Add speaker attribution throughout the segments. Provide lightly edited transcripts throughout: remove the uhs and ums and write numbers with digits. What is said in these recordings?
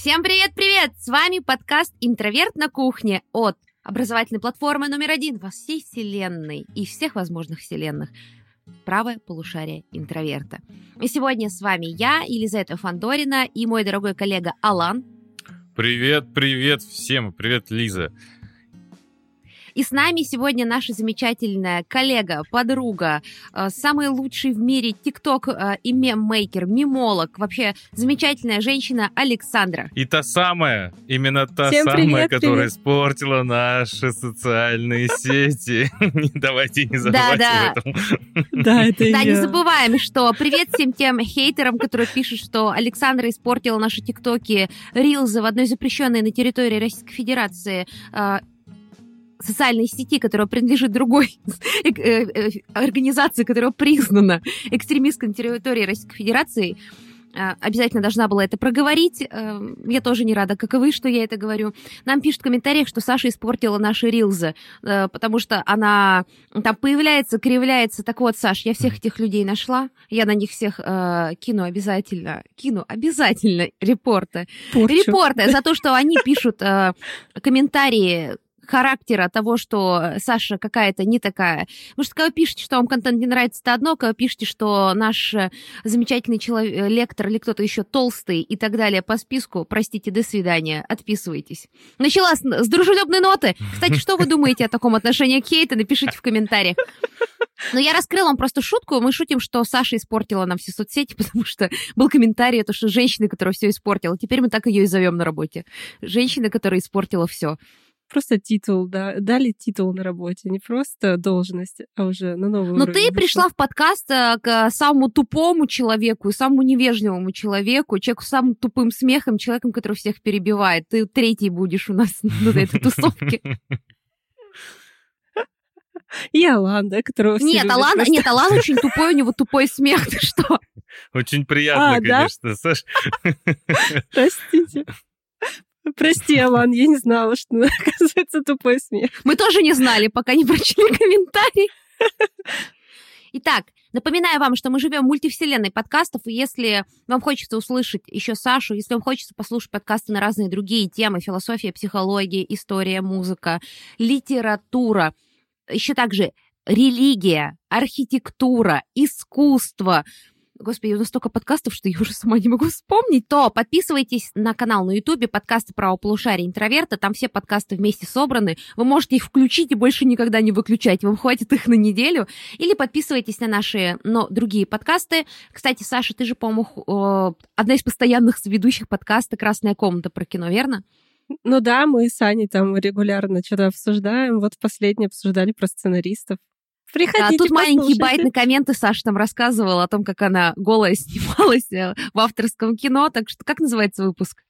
Speaker 1: Всем привет-привет! С вами подкаст «Интроверт на кухне» от образовательной платформы номер 1 во всей вселенной и всех возможных вселенных. Правое полушарие интроверта. И сегодня с вами я, Елизавета Фандорина, и мой дорогой коллега Алан.
Speaker 2: Привет всем! Привет, Лиза!
Speaker 1: И с нами сегодня наша замечательная коллега, подруга, самый лучший в мире тикток и меммейкер, мемолог, вообще замечательная женщина Александра.
Speaker 2: И именно та
Speaker 3: Всем
Speaker 2: самая,
Speaker 3: привет,
Speaker 2: которая
Speaker 3: привет.
Speaker 2: испортила наши социальные сети. Давайте не забывайте об этом.
Speaker 3: Да, это
Speaker 1: Да, не
Speaker 3: я.
Speaker 1: забываем, что привет всем тем хейтерам, которые пишут, что Александра испортила наши тиктоки, рилзы в одной запрещенной на территории Российской Федерации социальной сети, которая принадлежит другой организации, которая признана экстремистской на территории Российской Федерации. Обязательно должна была это проговорить. Я тоже не рада, как и вы, что я это говорю. Нам пишут в комментариях, что Саша испортила наши рилзы, потому что она там появляется, кривляется. Так вот, Саш, я всех этих людей нашла. Я на них всех кину обязательно репорты. Репорты за то, что они пишут комментарии характера того, что Саша какая-то не такая. Потому что когда вы пишете, что вам контент не нравится, это одно, когда вы пишете, что наш замечательный человек, лектор или кто-то еще толстый и так далее по списку, простите, до свидания, отписывайтесь. Начала с дружелюбной ноты. Кстати, что вы думаете о таком отношении к хейту? Напишите в комментариях. Но я раскрыла вам просто шутку. Мы шутим, что Саша испортила нам все соцсети, потому что был комментарий, то, что женщина, которая все испортила. Теперь мы так ее и зовем на работе. Женщина, которая испортила все.
Speaker 3: Просто титул, да. Дали титул на работе. Не просто должность, а уже на новый
Speaker 1: Но
Speaker 3: уровень.
Speaker 1: ты пришла в подкаст к самому тупому человеку и самому невежливому человеку с самым тупым смехом, человеком, который всех перебивает. Ты третий будешь у нас на этой тусовке.
Speaker 3: И Алан, да, которого все
Speaker 1: Нет,
Speaker 3: любят
Speaker 1: Алан
Speaker 3: просто.
Speaker 1: очень тупой, у него тупой смех. Ты что?
Speaker 2: Очень приятно,
Speaker 3: да?
Speaker 2: конечно, Саш.
Speaker 3: Простите. Прости, Алан, я не знала, что оказывается тупой смех.
Speaker 1: Мы тоже не знали, пока не прочли комментарий. Итак, напоминаю вам, что мы живем в мультивселенной подкастов, и если вам хочется услышать еще Сашу, если вам хочется послушать подкасты на разные другие темы, философия, психология, история, музыка, литература, еще также религия, архитектура, искусство. Господи, у нас столько подкастов, что я уже сама не могу вспомнить. То подписывайтесь на канал на Ютубе «Подкасты правого полушария интроверта». Там все подкасты вместе собраны. Вы можете их включить и больше никогда не выключать. Вам хватит их на неделю. Или подписывайтесь на наши другие подкасты. Кстати, Саша, ты же, по-моему, одна из постоянных ведущих подкаста «Красная комната» про кино, верно?
Speaker 3: Ну да, мы с Аней там регулярно что-то обсуждаем. Вот последнее обсуждали про сценаристов. Приходите,
Speaker 1: тут маленький
Speaker 3: послушайте.
Speaker 1: байт на комменты. Саша там рассказывала о том, как она голая снималась в авторском кино. Так что как называется выпуск?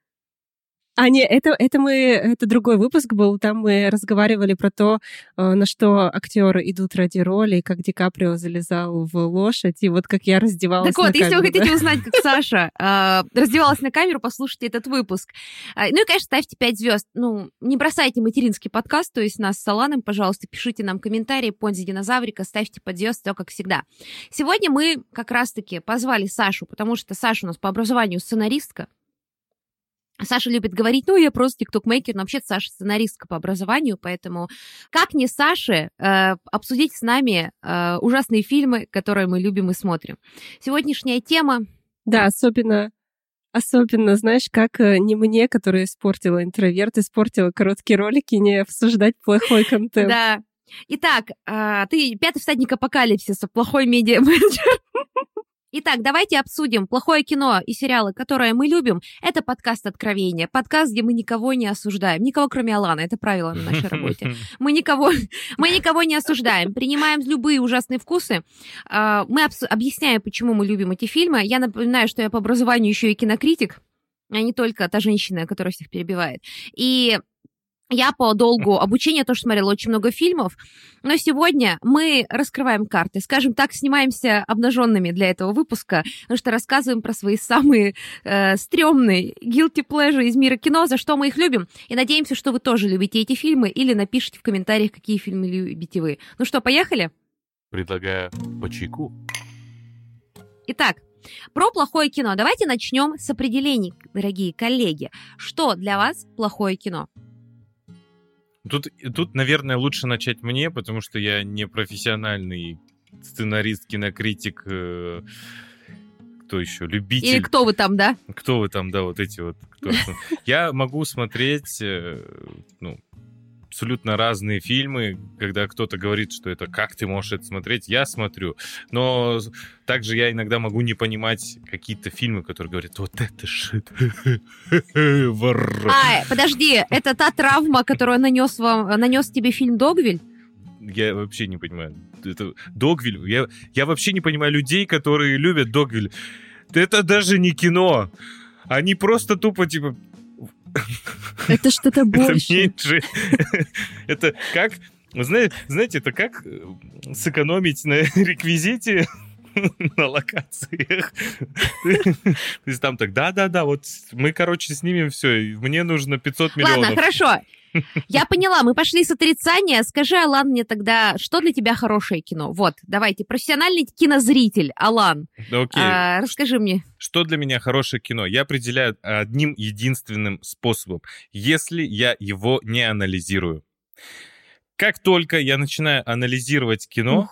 Speaker 3: Это другой выпуск был. Там мы разговаривали про то, на что актеры идут ради роли, как Ди Каприо залезал в лошадь, и вот как я раздевалась
Speaker 1: Так вот,
Speaker 3: на камеру.
Speaker 1: если вы хотите узнать, как Саша раздевалась на камеру, послушайте этот выпуск. Ну и, конечно, ставьте 5 звезд. Ну, не бросайте материнский подкаст, то есть нас с Аланом, пожалуйста, пишите нам комментарии, Понзи Динозаврика, ставьте под звезд, все как всегда. Сегодня мы как раз-таки позвали Сашу, потому что Саша у нас по образованию сценаристка. Саша любит говорить, я просто тикток-мейкер, но вообще-то Саша сценаристка по образованию, поэтому как не Саше обсудить с нами ужасные фильмы, которые мы любим и смотрим. Сегодняшняя тема...
Speaker 3: Да, особенно, знаешь, как не мне, которая испортила интроверт, испортила короткие ролики, не обсуждать плохой контент.
Speaker 1: Да. Итак, ты пятый всадник апокалипсиса, плохой медиа-менеджер. Итак, давайте обсудим плохое кино и сериалы, которые мы любим. Это подкаст «Откровения». Подкаст, где мы никого не осуждаем. Никого, кроме Алана. Это правило на нашей работе. Мы никого не осуждаем. Принимаем любые ужасные вкусы. Мы объясняем, почему мы любим эти фильмы. Я напоминаю, что я по образованию еще и кинокритик, а не только та женщина, которая всех перебивает. И я по долгу обучения тоже смотрела очень много фильмов, но сегодня мы раскрываем карты, скажем так, снимаемся обнаженными для этого выпуска, потому что рассказываем про свои самые стрёмные guilty pleasure из мира кино, за что мы их любим, и надеемся, что вы тоже любите эти фильмы, или напишите в комментариях, какие фильмы любите вы. Ну что, поехали?
Speaker 2: Предлагаю по чайку.
Speaker 1: Итак, Про плохое кино. Давайте начнем с определений, дорогие коллеги. Что для вас плохое кино?
Speaker 2: Тут, наверное, лучше начать мне, потому что я не профессиональный сценарист, кинокритик, кто еще, любитель.
Speaker 1: Или кто вы там, да?
Speaker 2: Кто вы там, да, вот эти вот. Я могу смотреть, абсолютно разные фильмы, когда кто-то говорит, что это как ты можешь это смотреть, я смотрю. Но также я иногда могу не понимать какие-то фильмы, которые говорят, вот это шит.
Speaker 1: Подожди, это та травма, которую нанес тебе фильм «Догвиль»?
Speaker 2: Я вообще не понимаю. Это Догвиль. Я вообще не понимаю людей, которые любят Догвиль. Это даже не кино. Они просто тупо типа...
Speaker 3: Это что-то больше.
Speaker 2: Это меньше. Это как... Знаете, это как сэкономить на реквизите на локациях. То есть там так, да, вот мы, снимем все, мне нужно 500 миллионов.
Speaker 1: Ладно, хорошо. Я поняла, мы пошли с отрицания. Скажи, Алан, мне тогда, что для тебя хорошее кино? Вот, давайте, профессиональный кинозритель, Алан.
Speaker 2: Окей.
Speaker 1: Расскажи мне.
Speaker 2: Что для меня хорошее кино? Я определяю одним единственным способом. Если я его не анализирую. Как только я начинаю анализировать кино,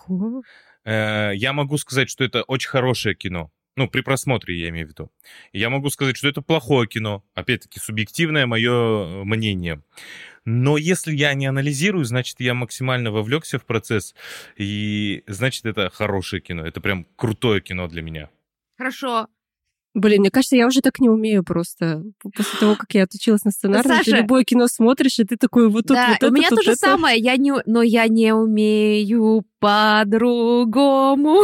Speaker 2: я могу сказать, что это очень хорошее кино. При просмотре я имею в виду. Я могу сказать, что это плохое кино. Опять-таки, субъективное мое мнение. Но если я не анализирую, значит, я максимально вовлекся в процесс. И значит, это хорошее кино. Это прям крутое кино для меня.
Speaker 1: Хорошо.
Speaker 3: Блин, мне кажется, я уже так не умею просто. После того, как я отучилась на сценарий, ты любое кино смотришь, и ты такой вот тут,
Speaker 1: да,
Speaker 3: вот это,
Speaker 1: у меня то же самое. Но я не умею по-другому.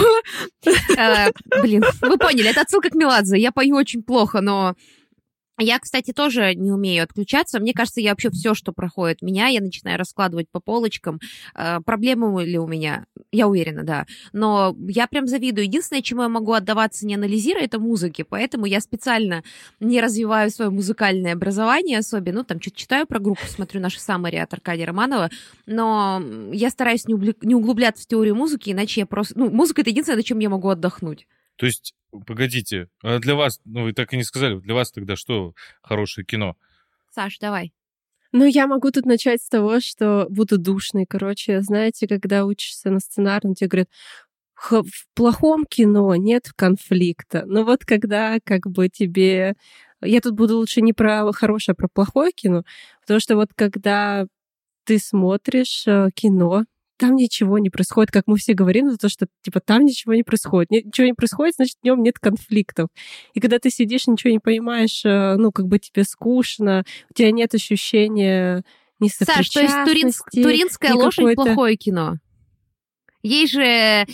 Speaker 1: Блин, вы поняли, это отсылка к Меладзе. Я пою очень плохо, но... Я, кстати, тоже не умею отключаться. Мне кажется, я вообще все, что проходит меня, я начинаю раскладывать по полочкам. Проблемы ли у меня? Я уверена, да. Но я прям завидую. Единственное, чему я могу отдаваться, не анализируя, это музыки. Поэтому я специально не развиваю свое музыкальное образование особенно. Что-то читаю про группу, смотрю «Наши Саммари» от Аркадия Романова. Но я стараюсь не углубляться в теорию музыки, иначе я просто... музыка — это единственное, на чем я могу отдохнуть.
Speaker 2: То есть, погодите, а для вас, вы так и не сказали, для вас тогда что хорошее кино?
Speaker 1: Саш, давай.
Speaker 3: Я могу тут начать с того, что буду душной. Знаете, когда учишься на сценарном, тебе говорят, в плохом кино нет конфликта. Но вот когда тебе... Я тут буду лучше не про хорошее, а про плохое кино, потому что вот когда ты смотришь кино, там ничего не происходит, как мы все говорим, то, что там ничего не происходит. Ничего не происходит, значит, в нем нет конфликтов. И когда ты сидишь, ничего не понимаешь, тебе скучно, у тебя нет ощущения несопричастности.
Speaker 1: Саш, то есть «Туринская лошадь» — плохое кино? Есть же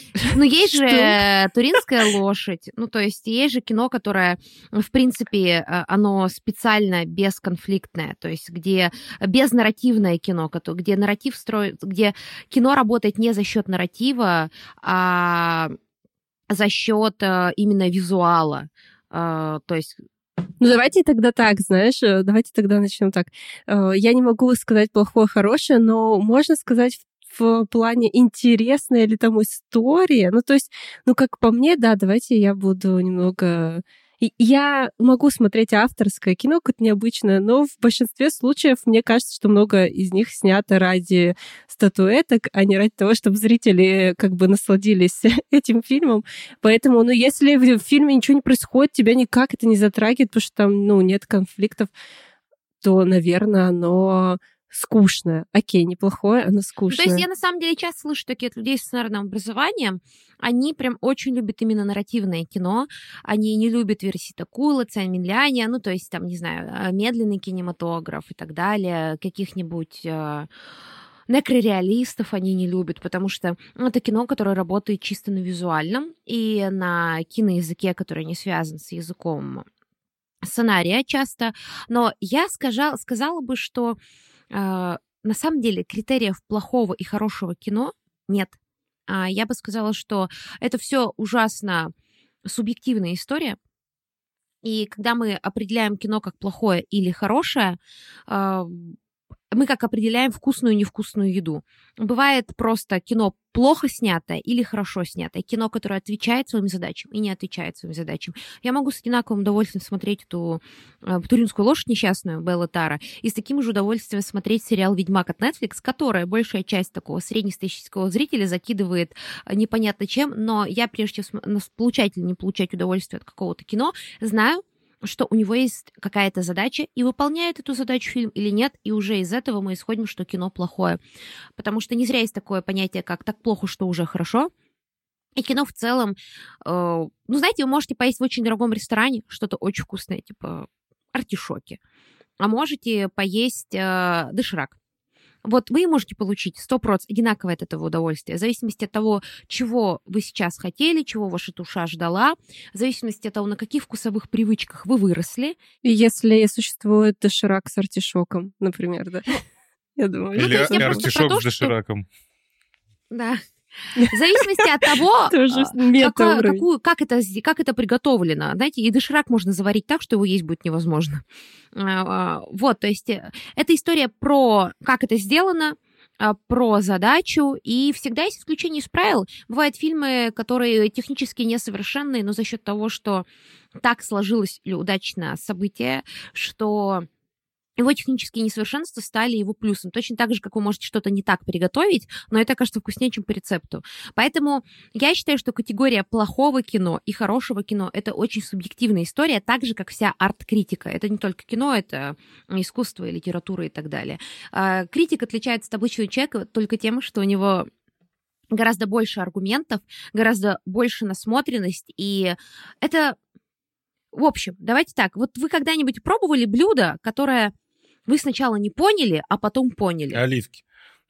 Speaker 1: «Туринская лошадь», то есть есть же кино, которое, в принципе, оно специально бесконфликтное, то есть где безнарративное кино, где нарратив где кино работает не за счет нарратива, а за счет именно визуала, то есть...
Speaker 3: давайте тогда так, давайте тогда начнем так. Я не могу сказать плохое, хорошее, но можно сказать в плане интересная ли там история. Как по мне, да, давайте я буду немного... Я могу смотреть авторское кино, какое-то необычное, но в большинстве случаев мне кажется, что много из них снято ради статуэток, а не ради того, чтобы зрители насладились этим фильмом. Поэтому, если в фильме ничего не происходит, тебя никак это не затрагивает, потому что там, нет конфликтов, то, наверное, оно... скучное. Окей, неплохое, оно скучное.
Speaker 1: То есть я на самом деле часто слышу такие от людей с сценарным образованием, они прям очень любят именно нарративное кино, они не любят Версита Кула, Цянь Минляня, то есть там, не знаю, медленный кинематограф и так далее, каких-нибудь некрореалистов они не любят, потому что это кино, которое работает чисто на визуальном и на киноязыке, который не связан с языком сценария часто. Но я сказала бы, что на самом деле критериев плохого и хорошего кино нет. Я бы сказала, что это все ужасно субъективная история. И когда мы определяем кино как плохое или хорошее, мы как определяем вкусную и невкусную еду. Бывает просто кино плохо снятое или хорошо снятое. Кино, которое отвечает своим задачам и не отвечает своим задачам. Я могу с одинаковым удовольствием смотреть эту «Туринскую лошадь» несчастную Беллы Тара и с таким же удовольствием смотреть сериал «Ведьмак» от Netflix, которая большая часть такого среднестатистического зрителя закидывает непонятно чем, но я, прежде чем получать или не получать удовольствие от какого-то кино, знаю, что у него есть какая-то задача, и выполняет эту задачу фильм или нет, и уже из этого мы исходим, что кино плохое. Потому что не зря есть такое понятие, как «так плохо, что уже хорошо». И кино в целом... знаете, вы можете поесть в очень дорогом ресторане что-то очень вкусное, типа артишоки. А можете поесть доширак. Вот вы можете получить 100% одинаковое от этого удовольствие, в зависимости от того, чего вы сейчас хотели, чего ваша душа ждала, в зависимости от того, на каких вкусовых привычках вы выросли.
Speaker 3: И если существует доширак с артишоком, например, да? Я думаю.
Speaker 2: Или артишок с дошираком.
Speaker 1: Да. В зависимости от того, как это приготовлено. Знаете, и доширак можно заварить так, что его есть будет невозможно. Вот, то есть это история про как это сделано, про задачу, и всегда есть исключение из правил. Бывают фильмы, которые технически несовершенные, но за счет того, что так сложилось или удачно событие, что его технические несовершенства стали его плюсом. Точно так же, как вы можете что-то не так приготовить, но это окажется вкуснее, чем по рецепту. Поэтому я считаю, что категория плохого кино и хорошего кино — это очень субъективная история, так же, как вся арт-критика. Это не только кино, это искусство, и литература и так далее. Критик отличается от обычного человека только тем, что у него гораздо больше аргументов, гораздо больше насмотренность, и это... В общем, давайте так. Вот вы когда-нибудь пробовали блюдо, которое вы сначала не поняли, а потом поняли?
Speaker 2: Оливки.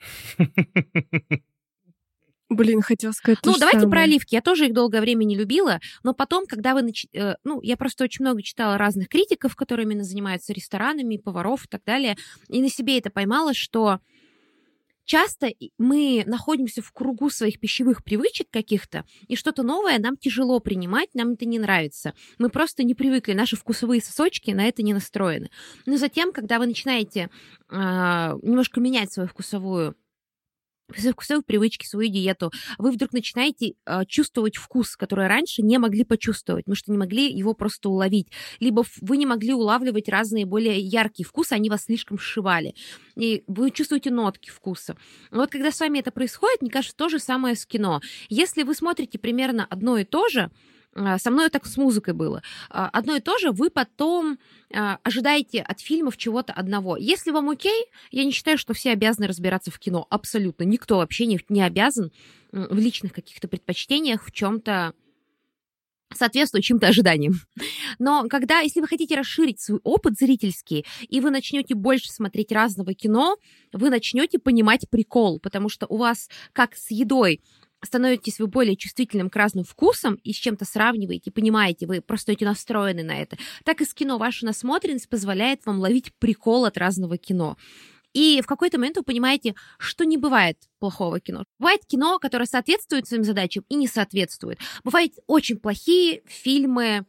Speaker 3: Блин, хотела сказать то же
Speaker 1: давайте
Speaker 3: самое.
Speaker 1: про оливки. Я тоже их долгое время не любила, но потом, когда вы... я просто очень много читала разных критиков, которые именно занимаются ресторанами, поваров и так далее, и на себе это поймала, что часто мы находимся в кругу своих пищевых привычек каких-то, и что-то новое нам тяжело принимать, нам это не нравится. Мы просто не привыкли, наши вкусовые сосочки на это не настроены. Но затем, когда вы начинаете немножко менять свою вкусовые привычки, свою диету, вы вдруг начинаете чувствовать вкус, который раньше не могли почувствовать, потому что не могли его просто уловить. Либо вы не могли улавливать разные более яркие вкусы, они вас слишком сшивали. И вы чувствуете нотки вкуса. Вот когда с вами это происходит, мне кажется, то же самое с кино. Если вы смотрите примерно одно и то же, со мной так с музыкой было. Одно и то же вы потом ожидаете от фильмов чего-то одного. Если вам окей, я не считаю, что все обязаны разбираться в кино. Абсолютно. Никто вообще не обязан в личных каких-то предпочтениях в чем-то соответствует чьим-то ожиданиям. Но если вы хотите расширить свой опыт зрительский, и вы начнете больше смотреть разного кино, вы начнете понимать прикол, потому что у вас, как с едой, становитесь вы более чувствительным к разным вкусам и с чем-то сравниваете, понимаете, вы просто настроены на это. Так и с кино ваша насмотренность позволяет вам ловить прикол от разного кино. И в какой-то момент вы понимаете, что не бывает плохого кино. Бывает кино, которое соответствует своим задачам и не соответствует. Бывают очень плохие фильмы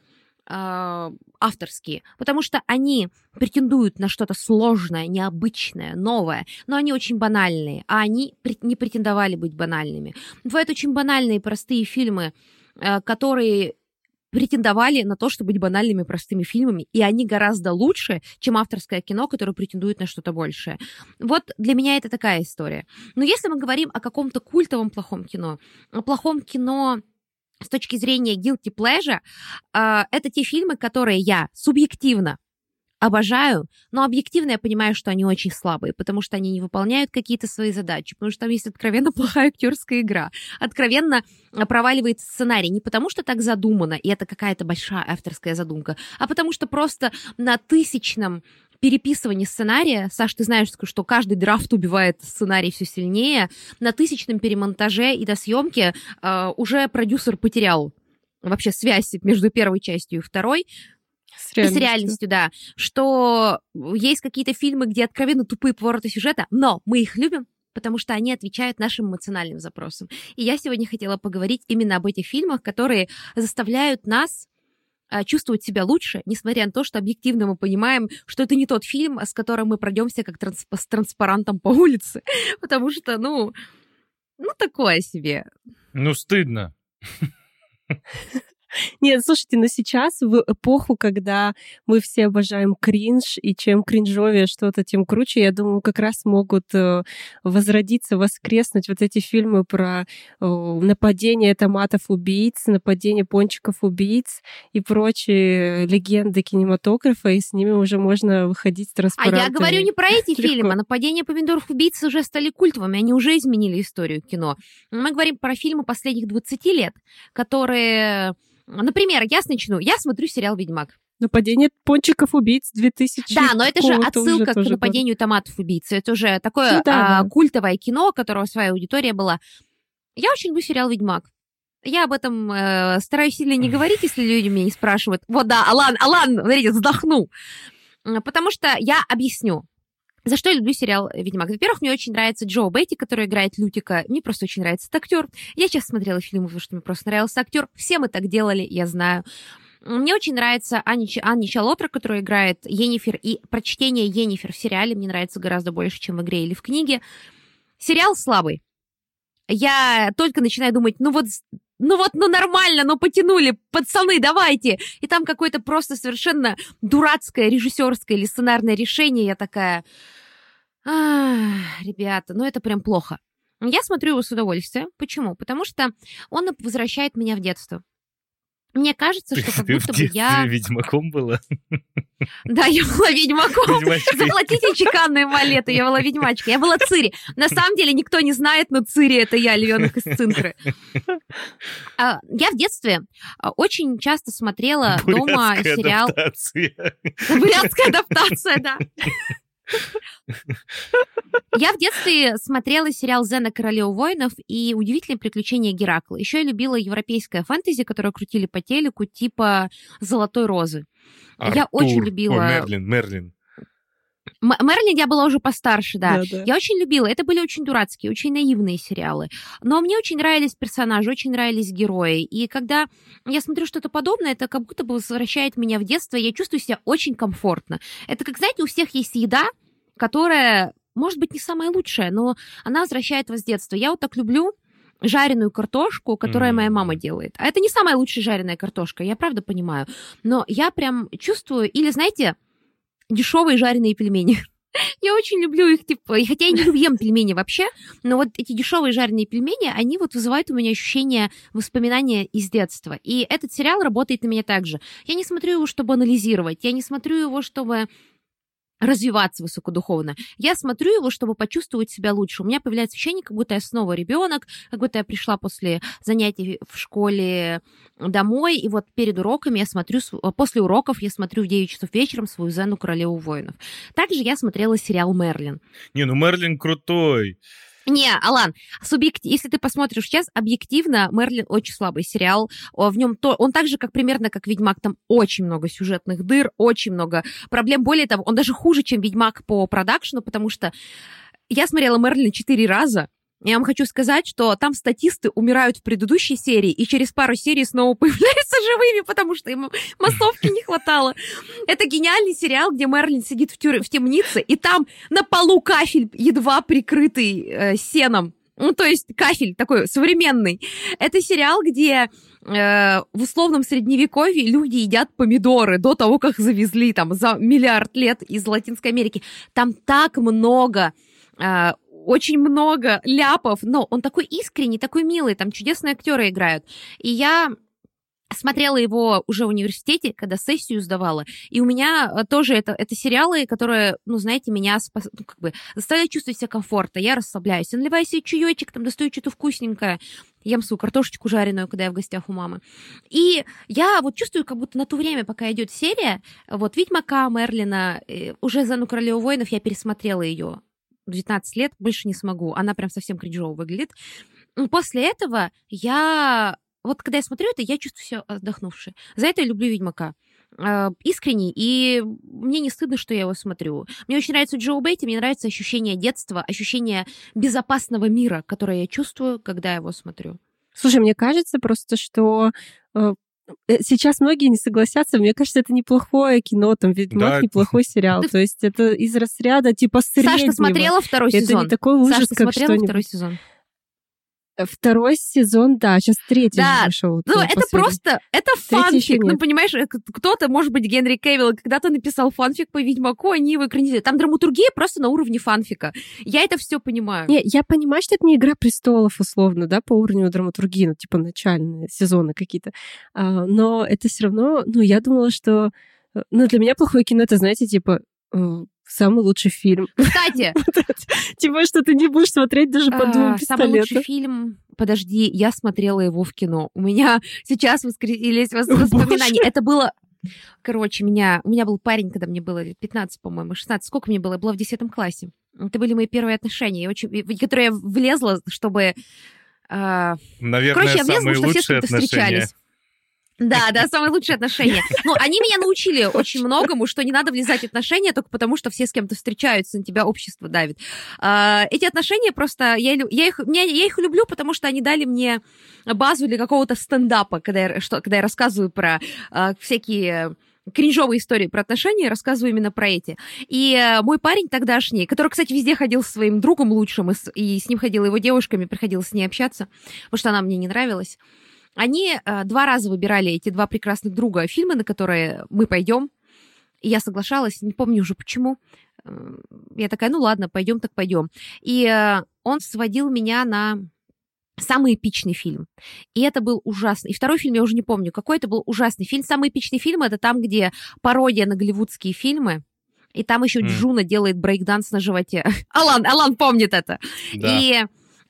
Speaker 1: авторские, потому что они претендуют на что-то сложное, необычное, новое, но они очень банальные, а они не претендовали быть банальными. Бывают очень банальные, простые фильмы, которые претендовали на то, чтобы быть банальными, простыми фильмами, и они гораздо лучше, чем авторское кино, которое претендует на что-то большее. Вот для меня это такая история. Но если мы говорим о каком-то культовом плохом кино, о плохом кино с точки зрения guilty pleasure, это те фильмы, которые я субъективно обожаю, но объективно я понимаю, что они очень слабые, потому что они не выполняют какие-то свои задачи, потому что там есть откровенно плохая актерская игра, откровенно проваливается сценарий, не потому что так задумано, и это какая-то большая авторская задумка, а потому что просто на 1000-м переписывании сценария, Саш, ты знаешь, что каждый драфт убивает сценарий все сильнее, на 1000-м перемонтаже и досъемке уже продюсер потерял вообще связь между первой частью и второй, с реальностью, да, что есть какие-то фильмы, где откровенно тупые повороты сюжета, но мы их любим, потому что они отвечают нашим эмоциональным запросам. И я сегодня хотела поговорить именно об этих фильмах, которые заставляют нас чувствовать себя лучше, несмотря на то, что объективно мы понимаем, что это не тот фильм, с которым мы пройдемся как с транспарантом по улице. Потому что, ну, такое себе.
Speaker 2: Ну, стыдно.
Speaker 3: Нет, слушайте, но сейчас, в эпоху, когда мы все обожаем кринж, и чем кринжовее что-то, тем круче, я думаю, как раз могут возродиться, воскреснуть вот эти фильмы про нападение томатов-убийц, нападение пончиков-убийц и прочие легенды кинематографа, и с ними уже можно выходить с транспарантами.
Speaker 1: А я говорю не про эти фильмы. Нападение помидоров-убийц уже стали культовыми, они уже изменили историю кино. Мы говорим про фильмы последних 20 лет, которые... Например, я смотрю сериал «Ведьмак».
Speaker 3: Нападение пончиков-убийц 2000.
Speaker 1: Да, но это же отсылка к нападению томатов-убийц. Это уже такое культовое кино, у которого своя аудитория была. Я очень люблю сериал «Ведьмак». Я об этом стараюсь сильно не говорить, если люди меня не спрашивают. Вот да, Алан, смотрите, вздохну. Потому что я объясню. За что я люблю сериал «Ведьмак»? Во-первых, мне очень нравится Джо Бетти, который играет Лютика. Мне просто очень нравится этот актер. Я сейчас смотрела фильмы, потому что мне просто нравился актер. Все мы так делали, я знаю. Мне очень нравится Анни Чалотра, которая играет Йеннифер. И прочтение Йеннифер в сериале мне нравится гораздо больше, чем в игре или в книге. Сериал слабый. Я только начинаю думать, ну нормально, потянули, пацаны, давайте. И там какое-то просто совершенно дурацкое режиссерское или сценарное решение. Я такая, ребята, это прям плохо. Я смотрю его с удовольствием. Почему? Потому что он возвращает меня в детство. Мне кажется, что как будто бы я...
Speaker 2: ведьмаком была?
Speaker 1: Да, я была ведьмаком. Заплатите чеканные монеты, я была ведьмачкой. Я была Цири. На самом деле никто не знает, но Цири — это я, львенок из Цинтры. Я в детстве очень часто смотрела дома сериал... Бурятская адаптация, да. Я в детстве смотрела сериал «Зена, королева воинов» и «Удивительные приключения Геракла». Еще я любила европейское фэнтези, которое крутили по телеку, типа «Золотой розы».
Speaker 2: Артур.
Speaker 1: Я очень любила...
Speaker 2: Мерлин.
Speaker 1: Мерлин я была уже постарше, да.
Speaker 3: Да.
Speaker 1: Я очень любила. Это были очень дурацкие, очень наивные сериалы. Но мне очень нравились персонажи, очень нравились герои. И когда я смотрю что-то подобное, это как будто бы возвращает меня в детство. Я чувствую себя очень комфортно. Это как, знаете, у всех есть еда, которая, может быть, не самая лучшая, но она возвращает вас в детство. Я вот так люблю жареную картошку, которую моя мама делает. А это не самая лучшая жареная картошка, я правда понимаю. Но я прям чувствую... Или, знаете, дешевые жареные пельмени. Я очень люблю их, хотя я не ем пельмени вообще, но вот эти дешевые жареные пельмени, они вот вызывают у меня ощущение воспоминания из детства. И этот сериал работает на меня так же. Я не смотрю его, чтобы анализировать, я не смотрю его, чтобы развиваться высокодуховно. Я смотрю его, чтобы почувствовать себя лучше. У меня появляется ощущение, как будто я снова ребенок, как будто я пришла после занятий в школе домой, и вот перед уроками я смотрю, после уроков я смотрю в 9 часов вечером свою «Зену, королеву воинов». Также я смотрела сериал «Мерлин».
Speaker 2: Мерлин крутой.
Speaker 1: Не, Алан, если ты посмотришь сейчас, объективно, «Мерлин» очень слабый сериал. В нем он так же, примерно как «Ведьмак», там очень много сюжетных дыр, очень много проблем. Более того, он даже хуже, чем «Ведьмак» по продакшену, потому что я смотрела «Мерлин» 4 раза. Я вам хочу сказать, что там статисты умирают в предыдущей серии, и через пару серий снова появляются живыми, потому что им массовки не хватало. Это гениальный сериал, где Мерлин сидит в темнице, и там на полу кафель, едва прикрытый сеном. То есть кафель такой современный. Это сериал, где в условном средневековье люди едят помидоры до того, как завезли там за миллиард лет из Латинской Америки. Там так много... очень много ляпов, но он такой искренний, такой милый, там чудесные актеры играют. И я смотрела его уже в университете, когда сессию сдавала, и у меня тоже это сериалы, которые, знаете, меня заставляют чувствовать себя комфортно, я расслабляюсь, я наливаю себе чаечек, там достаю что-то вкусненькое, ем свою картошечку жареную, когда я в гостях у мамы. И я вот чувствую, как будто на то время, пока идет серия, вот «Ведьмака», «Мерлина», уже «Зену, королеву воинов» я пересмотрела ее 19 лет, больше не смогу. Она прям совсем кринжово выглядит. После этого когда я смотрю это, я чувствую себя отдохнувшей. За это я люблю «Ведьмака». Искренний, и мне не стыдно, что я его смотрю. Мне очень нравится Джо Бетти, мне нравится ощущение детства, ощущение безопасного мира, которое я чувствую, когда его смотрю.
Speaker 3: Слушай, мне кажется просто, что сейчас многие не согласятся. Мне кажется, это неплохое кино, там «Ведьмак» неплохой сериал. То есть это из разряда типа среднего.
Speaker 1: Саша, ты смотрела второй сезон?
Speaker 3: Это не такой ужас,
Speaker 1: Саша, ты
Speaker 3: как
Speaker 1: смотрела
Speaker 3: что-нибудь.
Speaker 1: второй сезон?
Speaker 3: Второй сезон, да, сейчас третий вышел.
Speaker 1: Ну, это просто, это фанфик, ну, понимаешь, кто-то, может быть, Генри Кевилл, когда-то написал фанфик по Ведьмаку, они его экранизируют. Там драматургия просто на уровне фанфика. Я это все понимаю.
Speaker 3: Не, я понимаю, что это не «Игра престолов», условно, да, по уровню драматургии, ну, типа начальные сезоны какие-то. Но это все равно, ну, я думала, что... Ну, для меня плохое кино, это, знаете, типа... Самый лучший фильм.
Speaker 1: Кстати!
Speaker 3: Типа, что ты не будешь смотреть даже по «Двум пистолетам».
Speaker 1: Самый лучший фильм... Подожди, я смотрела его в кино. У меня сейчас воскресились воспоминания. Это было... Короче, у меня был парень, когда мне было 15, по-моему, 16. Сколько мне было? Я была в 10 классе. Это были мои первые отношения, в которые я влезла, чтобы...
Speaker 2: Наверное,
Speaker 1: короче, я влезла,
Speaker 2: самые
Speaker 1: что все с
Speaker 2: лучшие
Speaker 1: кем-то
Speaker 2: отношения.
Speaker 1: встречались. Да, самые лучшие отношения. Ну, они меня научили очень многому, что не надо влезать в отношения только потому, что все с кем-то встречаются, на тебя общество давит. Эти отношения просто... Я их люблю, потому что они дали мне базу для какого-то стендапа, когда я рассказываю про всякие... кринжовые истории про отношения, рассказываю именно про эти. И мой парень тогдашний, который, кстати, везде ходил со своим другом лучшим, и с ним ходила его девушками, приходилось с ней общаться, потому что она мне не нравилась. Они 2 раза выбирали, эти 2 прекрасных друга, фильмы, на которые мы пойдем. И я соглашалась, не помню уже почему. Я такая, ну ладно, пойдем так пойдем. И он сводил меня на самый эпичный фильм. И это был ужасный. И второй фильм я уже не помню, какой это был ужасный фильм. Самый эпичный фильм — это там, где пародия на голливудские фильмы. И там еще Джуна делает брейкданс на животе. Алан помнит это.
Speaker 2: Да.
Speaker 1: И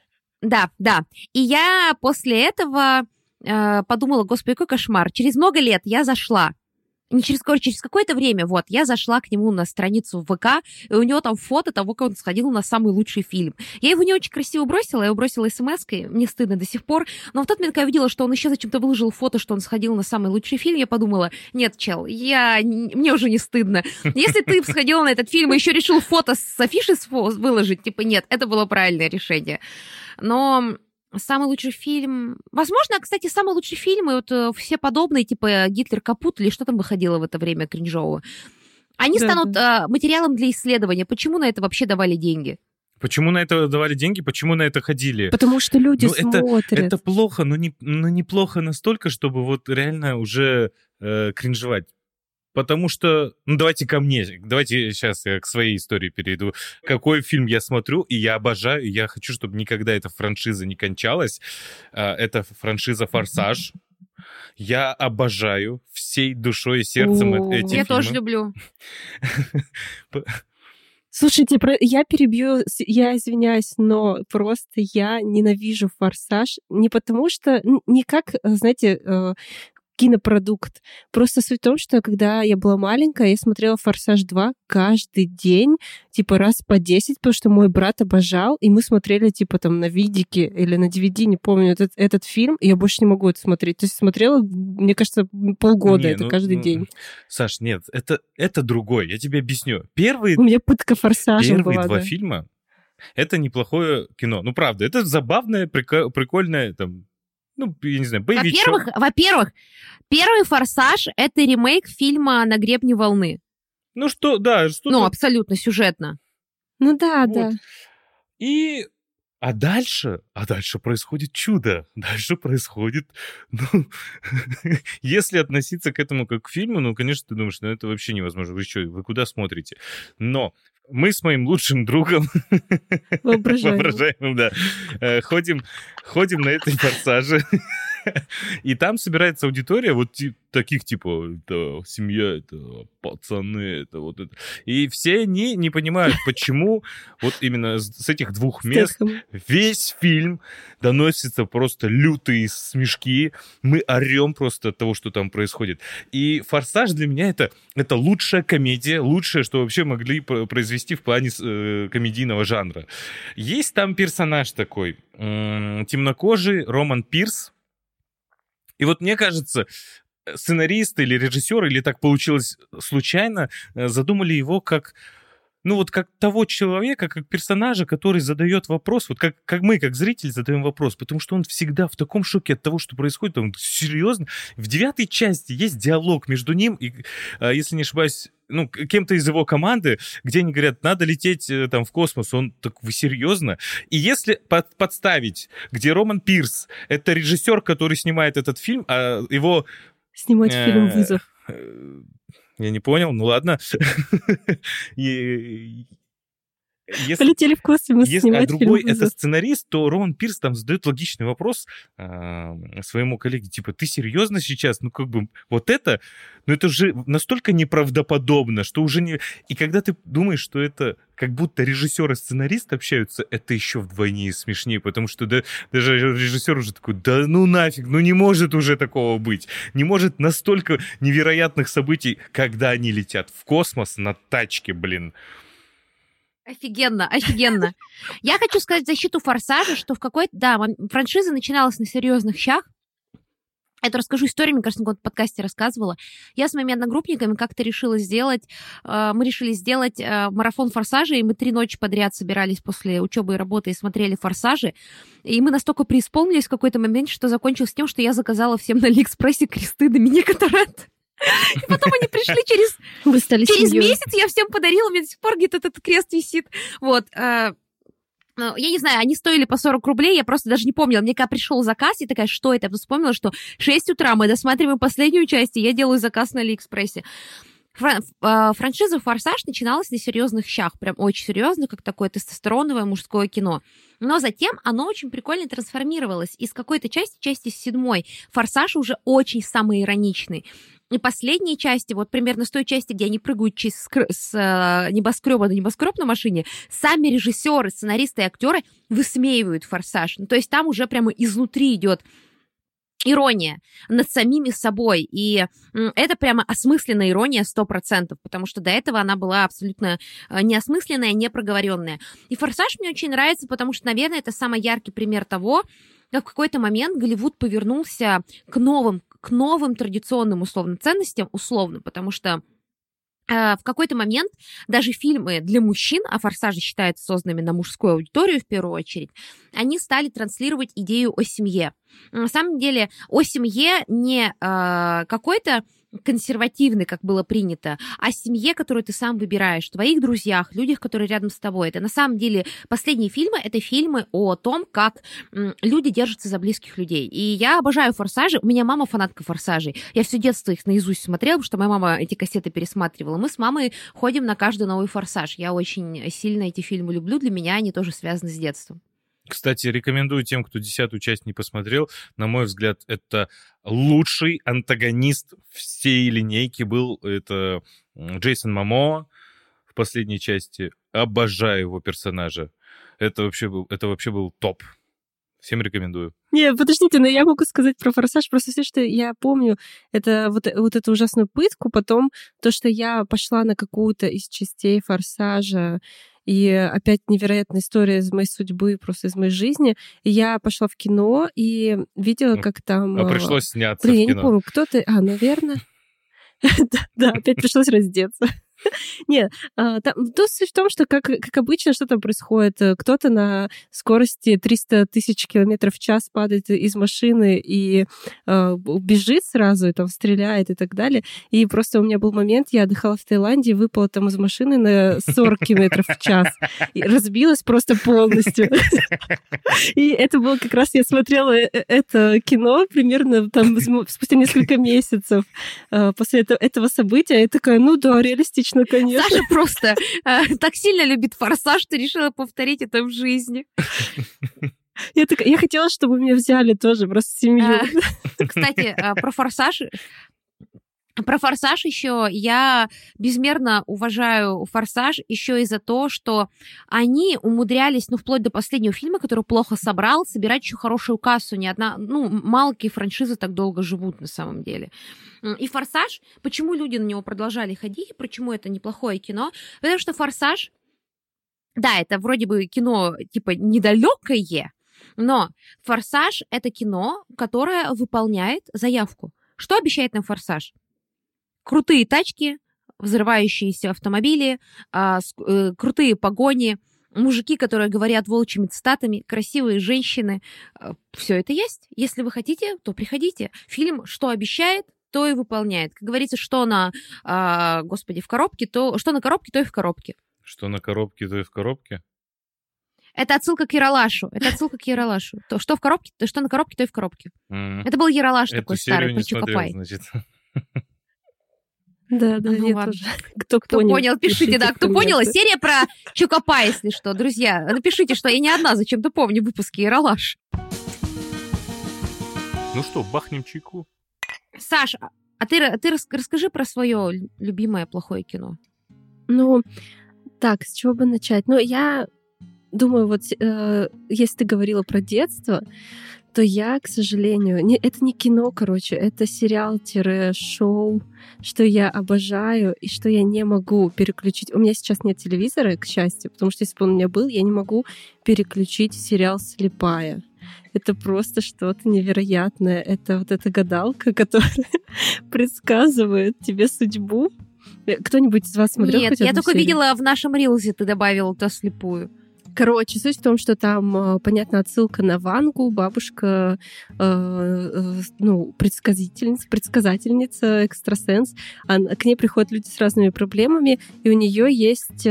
Speaker 1: да. И я после этого подумала, господи, какой кошмар. Через много лет я зашла, через какое-то время, я зашла к нему на страницу в ВК, и у него там фото того, как он сходил на самый лучший фильм. Я его не очень красиво бросила, я его бросила смс-кой, мне стыдно до сих пор, но в тот момент, когда я увидела, что он еще зачем-то выложил фото, что он сходил на самый лучший фильм, я подумала, нет, чел, мне уже не стыдно. Если ты сходила на этот фильм и еще решил фото с афиши выложить, типа, нет, это было правильное решение. Но... Самый лучший фильм... Возможно, кстати, самый лучший фильм, и все подобные, типа «Гитлер капут» или что там выходило в это время кринжового, они станут материалом для исследования. Почему на это вообще давали деньги?
Speaker 2: Почему на это давали деньги? Почему на это ходили?
Speaker 3: Потому что люди смотрят.
Speaker 2: Это плохо, но неплохо настолько, чтобы вот реально уже кринжевать. Потому что, давайте ко мне, давайте сейчас я к своей истории перейду. Какой фильм я смотрю, и я обожаю, и я хочу, чтобы никогда эта франшиза не кончалась. Это франшиза «Форсаж». Я обожаю всей душой и сердцем эти фильмы.
Speaker 1: Я тоже люблю.
Speaker 3: Слушайте, я перебью, я извиняюсь, но просто я ненавижу «Форсаж». Не потому что, не как, знаете, кинопродукт. Просто суть в том, что когда я была маленькая, я смотрела «Форсаж 2» каждый день, типа раз по 10, потому что мой брат обожал, и мы смотрели типа там на видике или на DVD, не помню, этот фильм, и я больше не могу это смотреть. То есть смотрела, мне кажется, полгода каждый день.
Speaker 2: Саш, нет, это другой, я тебе объясню. У
Speaker 3: меня пытка «Форсажем» была.
Speaker 2: Первые 2 фильма — это неплохое кино. Ну, правда, это забавное, прикольное, там, я не знаю, боевичок.
Speaker 1: Во-первых, первый «Форсаж» — это ремейк фильма «На гребне волны».
Speaker 2: что-то...
Speaker 1: абсолютно сюжетно.
Speaker 3: Да.
Speaker 2: А дальше происходит чудо. Дальше происходит... если относиться к этому как к фильму, конечно, ты думаешь, это вообще невозможно. Вы куда смотрите? Но мы с моим лучшим другом, воображаемым, да, ходим на этой «Форсаже». И там собирается аудитория вот таких, типа, это семья, это пацаны, это вот это. И все они не понимают, почему вот именно с этих 2 мест весь фильм доносится просто лютые смешки. Мы орем просто от того, что там происходит. И «Форсаж» для меня это лучшая комедия, лучшее, что вообще могли произвести в плане комедийного жанра. Есть там персонаж такой, темнокожий Роман Пирс. И вот мне кажется, сценаристы или режиссеры, или так получилось случайно, задумали его как ну вот как того человека, как персонажа, который задает вопрос, вот как мы, как зритель, задаем вопрос, потому что он всегда в таком шоке от того, что происходит, он серьезно. В 9-й части есть диалог между ним и, если не ошибаюсь, ну, кем-то из его команды, где они говорят, надо лететь там в космос. Он так, вы серьезно? И если подставить, где Роман Пирс, это режиссер, который снимает этот фильм, а его...
Speaker 3: Снимать фильм «Вызов».
Speaker 2: Я не понял, ну ладно.
Speaker 3: Полетели в космос снимать фильм
Speaker 2: другой
Speaker 3: «Вызов».
Speaker 2: это сценарист, то Роман Пирс там задает логичный вопрос своему коллеге, типа, ты серьезно сейчас? Ну, как бы, вот это, ну, это же настолько неправдоподобно, что уже не... И когда ты думаешь, что это как будто режиссер и сценарист общаются, это еще вдвойне смешнее, потому что даже режиссер уже такой, да ну нафиг, ну не может уже такого быть. Не может настолько невероятных событий, когда они летят в космос на тачке, блин.
Speaker 1: Офигенно, офигенно. Я хочу сказать в защиту «Форсажа», что в какой-то... Да, франшиза начиналась на серьезных щах. Это расскажу историю, мне кажется, в каком-то подкасте рассказывала. Я с моими одногруппниками как-то решила сделать... Мы решили сделать марафон «Форсажа», и мы 3 ночи подряд собирались после учебы и работы и смотрели «Форсажи». И мы настолько преисполнились в какой-то момент, что закончилось тем, что я заказала всем на Алиэкспрессе кресты Доминика Торетто. И потом они пришли через месяц, я всем подарила, у меня до сих пор где-то этот крест висит. Вот. Я не знаю, они стоили по 40 рублей, я просто даже не помнила. Мне когда пришел заказ, я такая, что это? Я вспомнила, что 6 утра мы досматриваем последнюю часть, и я делаю заказ на Алиэкспрессе. Франшиза «Форсаж» начиналась на серьезных щах, прям очень серьезно, как такое тестостероновое мужское кино. Но затем оно очень прикольно трансформировалось. Из какой-то части 7-й, «Форсаж» уже очень самоироничный. И последние части, вот примерно с той части, где они прыгают с небоскреба на небоскреб на машине, сами режиссеры, сценаристы и актеры высмеивают «Форсаж». Ну, то есть там уже прямо изнутри идет ирония над самими собой. И это прямо осмысленная ирония 100%, потому что до этого она была абсолютно неосмысленная, непроговоренная. И «Форсаж» мне очень нравится, потому что, наверное, это самый яркий пример того, как в какой-то момент Голливуд повернулся к новым традиционным условным ценностям, потому что в какой-то момент даже фильмы для мужчин, а «Форсажи» считаются созданными на мужскую аудиторию в первую очередь, они стали транслировать идею о семье. На самом деле о семье не какой-то консервативный, как было принято, а семье, которую ты сам выбираешь, твоих друзьях, людях, которые рядом с тобой. Это на самом деле последние фильмы, это фильмы о том, как люди держатся за близких людей. И я обожаю «Форсажи». У меня мама фанатка «Форсажей». Я все детство их наизусть смотрела, потому что моя мама эти кассеты пересматривала. Мы с мамой ходим на каждый новый «Форсаж». Я очень сильно эти фильмы люблю. Для меня они тоже связаны с детством.
Speaker 2: Кстати, рекомендую тем, кто 10-ю часть не посмотрел. На мой взгляд, это лучший антагонист всей линейки был. Это Джейсон Момоа в последней части. Обожаю его персонажа. Это вообще был топ. Всем рекомендую.
Speaker 3: Не, подождите, но я могу сказать про «Форсаж». Просто все, что я помню, это вот эту ужасную пытку, потом то, что я пошла на какую-то из частей «Форсажа», и опять невероятная история из моей судьбы, просто из моей жизни. И я пошла в кино и видела, как там...
Speaker 2: А пришлось сняться в кино.
Speaker 3: Я не помню, кто-то... наверное. Да, опять пришлось раздеться. Нет, суть в том, что, как обычно, что там происходит? Кто-то на скорости 300 тысяч километров в час падает из машины и бежит сразу, и там стреляет и так далее. И просто у меня был момент, я отдыхала в Таиланде, выпала там из машины на 40 километров в час. И разбилась просто полностью. И это было как раз, я смотрела это кино примерно там спустя несколько месяцев после этого события. Я такая, ну да, реалистично. Конечно.
Speaker 1: Саша просто так сильно любит «Форсаж», что решила повторить это в жизни.
Speaker 3: Я хотела, чтобы меня взяли тоже, просто семью.
Speaker 1: Кстати, про «Форсаж». Про «Форсаж» еще я безмерно уважаю «Форсаж» еще и за то, что они умудрялись, вплоть до последнего фильма, который плохо собрал, собирать еще хорошую кассу. Мало какие франшизы так долго живут на самом деле. И «Форсаж», почему люди на него продолжали ходить, почему это неплохое кино? Потому что «Форсаж», да, это вроде бы кино типа недалекое, но «Форсаж» — это кино, которое выполняет заявку. Что обещает нам «Форсаж»? Крутые тачки, взрывающиеся автомобили, крутые погони, мужики, которые говорят волчьими цитатами, красивые женщины. Все это есть. Если вы хотите, то приходите. Фильм что обещает, то и выполняет. Как говорится, что на, в коробке, что на коробке, то и в коробке.
Speaker 2: Что на коробке, то и в коробке?
Speaker 1: Это отсылка к Ералашу. То, что в коробке, то что на коробке, то и в коробке. Это был Ералаш такой старый, про Чокопай.
Speaker 2: Значит.
Speaker 3: Да, я
Speaker 1: ладно.
Speaker 3: тоже.
Speaker 1: Кто понял, пишите, да. Кто понял, серия про Чокопай, если что. Друзья, напишите, что я не одна, зачем-то помню выпуски Ералаш.
Speaker 2: Ну что, бахнем чайку?
Speaker 1: Саш, а ты расскажи про свое любимое плохое кино.
Speaker 3: Ну, так, с чего бы начать? Ну, я думаю, вот если ты говорила про детство, то я, к сожалению... это не кино, короче, это сериал-шоу, что я обожаю и что я не могу переключить. У меня сейчас нет телевизора, к счастью, потому что если бы он у меня был, я не могу переключить сериал «Слепая». Это просто что-то невероятное. Это вот эта гадалка, которая предсказывает тебе судьбу. Кто-нибудь из вас смотрел?
Speaker 1: Нет, я только видела в нашем рилзе, ты добавила то слепую.
Speaker 3: Короче, суть в том, что там, понятно, отсылка на Вангу, бабушка, предсказательница, экстрасенс. К ней приходят люди с разными проблемами, и у нее есть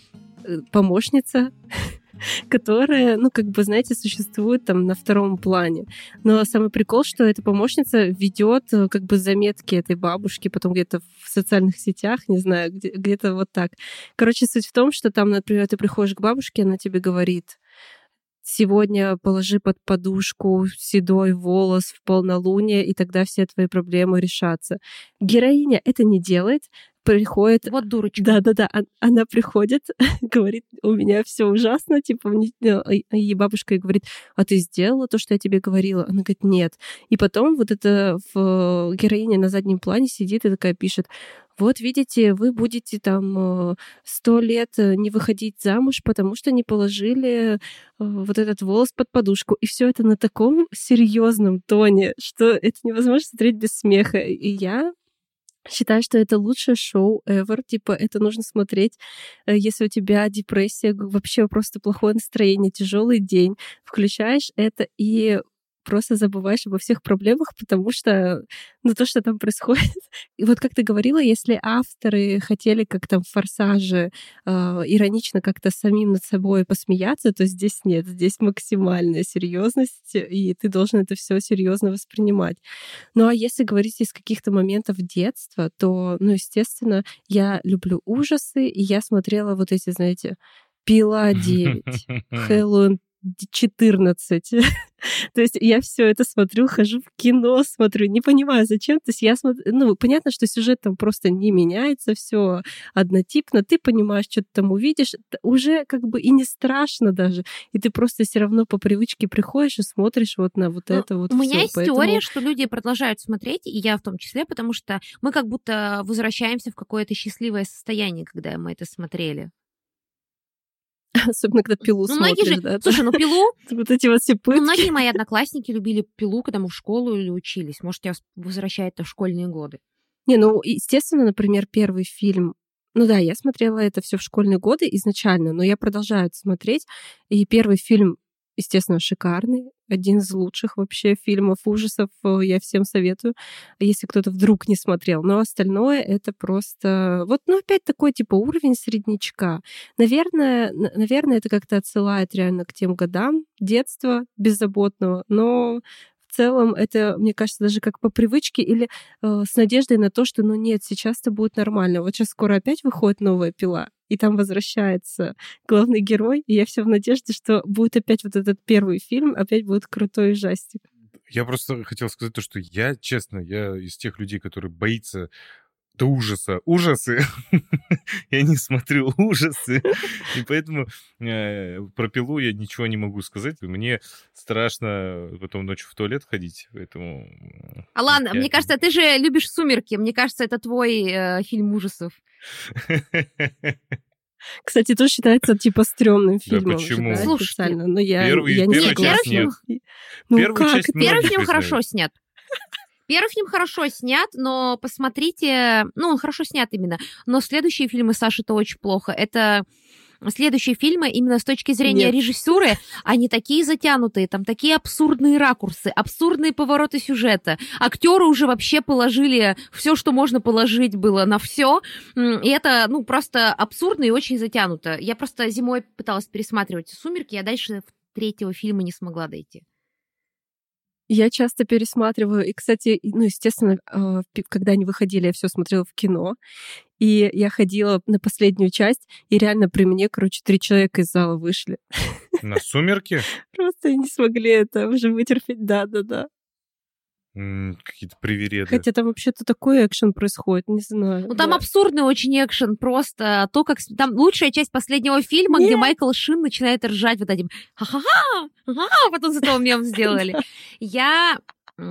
Speaker 3: помощница, которая, знаете, существует там на втором плане. Но самый прикол, что эта помощница ведет заметки этой бабушки, потом где-то в социальных сетях, не знаю, где-то вот так. Короче, суть в том, что там, например, ты приходишь к бабушке, она тебе говорит: сегодня положи под подушку седой волос в полнолуние, и тогда все твои проблемы решатся. Героиня это не делает, приходит...
Speaker 1: Вот дурочка.
Speaker 3: Да. Она приходит, говорит: у меня все ужасно, и бабушка ей говорит: а ты сделала то, что я тебе говорила? Она говорит: нет. И потом вот эта героиня на заднем плане сидит и такая пишет: вот видите, вы будете там 100 лет не выходить замуж, потому что не положили вот этот волос под подушку. И все это на таком серьезном тоне, что это невозможно смотреть без смеха. И я считаю, что это лучшее шоу ever. Это нужно смотреть, если у тебя депрессия, вообще просто плохое настроение, тяжелый день. Включаешь это и просто забываешь обо всех проблемах, потому что, то, что там происходит. И вот как ты говорила, если авторы хотели, как там в «Форсаже», иронично как-то самим над собой посмеяться, то здесь нет. Здесь максимальная серьезность, и ты должен это все серьезно воспринимать. Ну а если говорить из каких-то моментов детства, то, естественно, я люблю ужасы, и я смотрела вот эти, знаете, «Пила 9», «Хэллоуин 14». То есть я все это смотрю, хожу в кино, смотрю, не понимаю, зачем. То есть я смотрю, понятно, что сюжет там просто не меняется, все однотипно, ты понимаешь, что ты там увидишь, уже и не страшно даже, и ты просто все равно по привычке приходишь и смотришь вот на вот это вот.
Speaker 1: У меня есть
Speaker 3: поэтому...
Speaker 1: теория, что люди продолжают смотреть, и я в том числе, потому что мы как будто возвращаемся в какое-то счастливое состояние, когда мы это смотрели.
Speaker 3: Особенно, когда «Пилу» смотришь, да?
Speaker 1: Слушай, «Пилу»...
Speaker 3: Вот эти вот все пытки.
Speaker 1: Многие мои одноклассники любили «Пилу», когда мы в школу или учились. Может, тебя возвращает в школьные годы.
Speaker 3: Естественно, например, первый фильм... я смотрела это все в школьные годы изначально, но я продолжаю это смотреть. И первый фильм, естественно, шикарный. Один из лучших вообще фильмов ужасов. Я всем советую, если кто-то вдруг не смотрел. Но остальное это просто... опять такой уровень среднячка. Наверное, это как-то отсылает реально к тем годам детства беззаботного. Но в целом это, мне кажется, даже как по привычке или с надеждой на то, что нет, сейчас-то будет нормально. Вот сейчас скоро опять выходит новая «Пила», и там возвращается главный герой, и я все в надежде, что будет опять вот этот первый фильм, опять будет крутой ужастик.
Speaker 2: Я просто хотел сказать то, что я из тех людей, которые боится до ужаса ужасы. Я не смотрю ужасы, и поэтому про «Пилу» я ничего не могу сказать. Мне страшно потом ночью в туалет ходить, поэтому...
Speaker 1: Алан, мне кажется, ты же любишь «Сумерки». Мне кажется, это твой фильм ужасов.
Speaker 3: Кстати, тоже считается стрёмным фильмом.
Speaker 2: Да почему?
Speaker 3: Слушай, но я
Speaker 2: первая
Speaker 3: не
Speaker 2: часть нет.
Speaker 1: Первый фильм хорошо снят. Первый фильм хорошо снят, но посмотрите... Ну, он хорошо снят именно. Но следующие фильмы Саши-то очень плохо. Это... Следующие фильмы, именно с точки зрения режиссуры, они такие затянутые, там такие абсурдные ракурсы, абсурдные повороты сюжета. Актеры уже вообще положили все, что можно положить было на все. И это, ну, просто абсурдно и очень затянуто. Я просто зимой пыталась пересматривать «Сумерки», я дальше третьего фильма не смогла дойти.
Speaker 3: Я часто пересматриваю. И, кстати, ну, естественно, когда они выходили, я все смотрела в кино. И я ходила на последнюю часть, и реально при мне, 3 человека из зала вышли.
Speaker 2: На «Сумерки»?
Speaker 3: Просто не смогли это уже вытерпеть. Да.
Speaker 2: Какие-то привереды.
Speaker 3: Хотя там вообще-то такой экшен происходит, не знаю.
Speaker 1: Ну, там абсурдный очень экшен, просто то, как... Там лучшая часть последнего фильма, где Майкл Шин начинает ржать вот этим ха-ха-ха, потом за того мем сделали. Я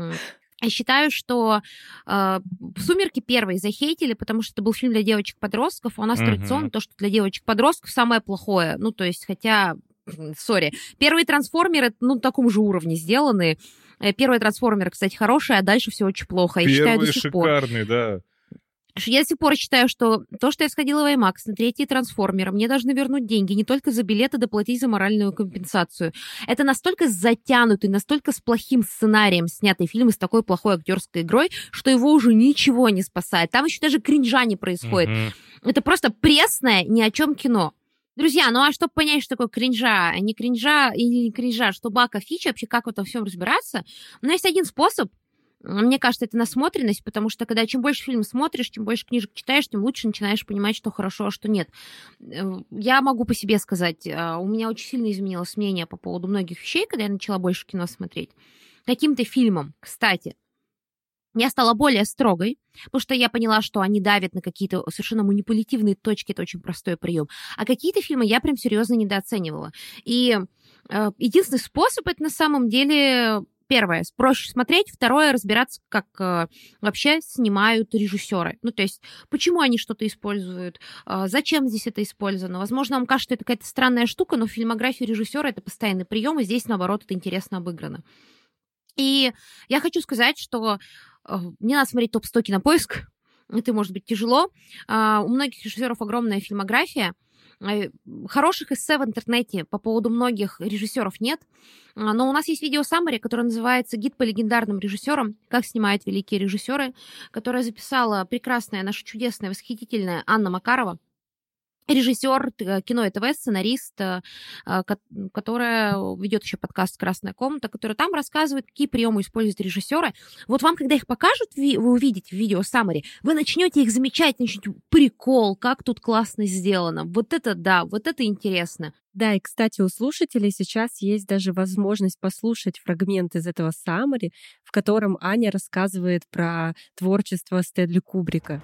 Speaker 1: считаю, что «Сумерки» первые захейтили, потому что это был фильм для девочек-подростков, а у нас традиционно то, что для девочек-подростков самое плохое. Ну, то есть, хотя... Сори. Первые «Трансформеры», ну, на таком же уровне сделаны. Первый «Трансформер», кстати, хороший, а дальше все очень плохо. Я считаю, до сих пор.
Speaker 2: Шикарный, да.
Speaker 1: Я до сих пор считаю, что то, что я сходила в IMAX на третий «Трансформер», мне должны вернуть деньги не только за билеты, доплатить за моральную компенсацию. Это настолько затянутый, настолько с плохим сценарием снятый фильм и с такой плохой актерской игрой, что его уже ничего не спасает. Там еще даже кринжа не происходит. Это просто пресное ни о чем кино. Друзья, ну а чтобы понять, что такое кринжа, не кринжа или не кринжа, что бака фича, вообще как в этом всем разбираться, но есть один способ. Мне кажется, это насмотренность, потому что когда чем больше фильм смотришь, чем больше книжек читаешь, тем лучше начинаешь понимать, что хорошо, а что нет. Я могу по себе сказать, у меня очень сильно изменилось мнение по поводу многих вещей, когда я начала больше кино смотреть. Каким-то фильмом, кстати, я стала более строгой, потому что я поняла, что они давят на какие-то совершенно манипулятивные точки, это очень простой прием. А какие-то фильмы я прям серьезно недооценивала. И единственный способ это на самом деле... Первое, проще смотреть. Второе, разбираться, как вообще снимают режиссеры. Ну, то есть, почему они что-то используют, зачем здесь это использовано. Возможно, вам кажется, что это какая-то странная штука, но в фильмографии режиссера это постоянный прием, и здесь, наоборот, это интересно обыграно. И я хочу сказать, что не надо смотреть топ-100 Кинопоиск. Это может быть тяжело. У многих режиссеров огромная фильмография. Хороших эссе в интернете по поводу многих режиссеров нет, но у нас есть видео саммари, которое называется «Гид по легендарным режиссерам. Как снимают великие режиссеры», которое записала прекрасная, наша чудесная, восхитительная Анна Макарова, режиссер кино и ТВ, сценарист, которая ведет еще подкаст «Красная комната», который там рассказывает, какие приемы используют режиссеры. Вот вам, когда их покажут, вы увидите в видео саммари, вы начнете их замечать, начнете прикол, как тут классно сделано. Вот это да, вот это интересно.
Speaker 3: Да, и, кстати, у слушателей сейчас есть даже возможность послушать фрагмент из этого саммари, в котором Аня рассказывает про творчество Стэнли Кубрика.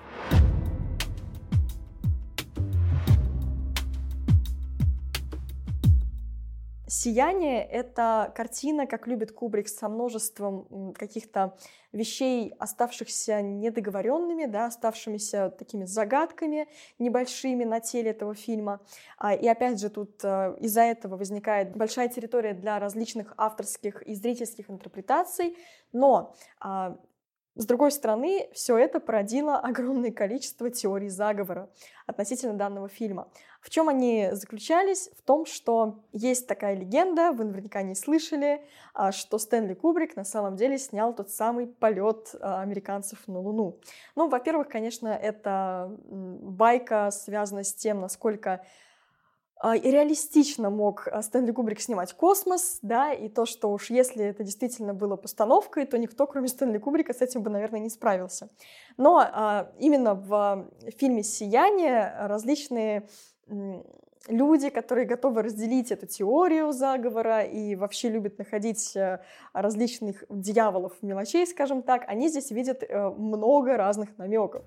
Speaker 4: «Сияние» — это картина, как любит Кубрик, со множеством каких-то вещей, оставшихся недоговоренными, да, оставшимися такими загадками небольшими на теле этого фильма. И опять же, тут из-за этого возникает большая территория для различных авторских и зрительских интерпретаций, но с другой стороны, все это породило огромное количество теорий заговора относительно данного фильма. В чем они заключались? В том, что есть такая легенда, вы наверняка не слышали, что Стэнли Кубрик на самом деле снял тот самый полет американцев на Луну. Ну, во-первых, конечно, эта байка связана с тем, насколько и реалистично мог Стэнли Кубрик снимать космос, да, и то, что уж если это действительно было постановкой, то никто, кроме Стэнли Кубрика, с этим бы, наверное, не справился. Но именно в фильме «Сияние» различные люди, которые готовы разделить эту теорию заговора и вообще любят находить различных дьяволов, мелочей, скажем так, они здесь видят много разных намеков.